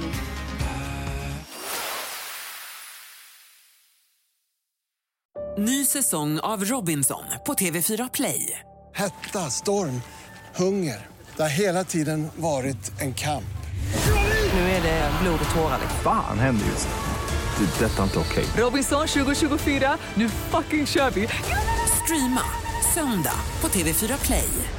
Ny säsong av Robinson på TV4 Play. Hetta, storm, hunger. Det har hela tiden varit en kamp. Nu är det blod och tårar. Fan händer just det. Detta är inte okej. Robinson 2024, nu fucking kör vi. Streama söndag på TV4 Play.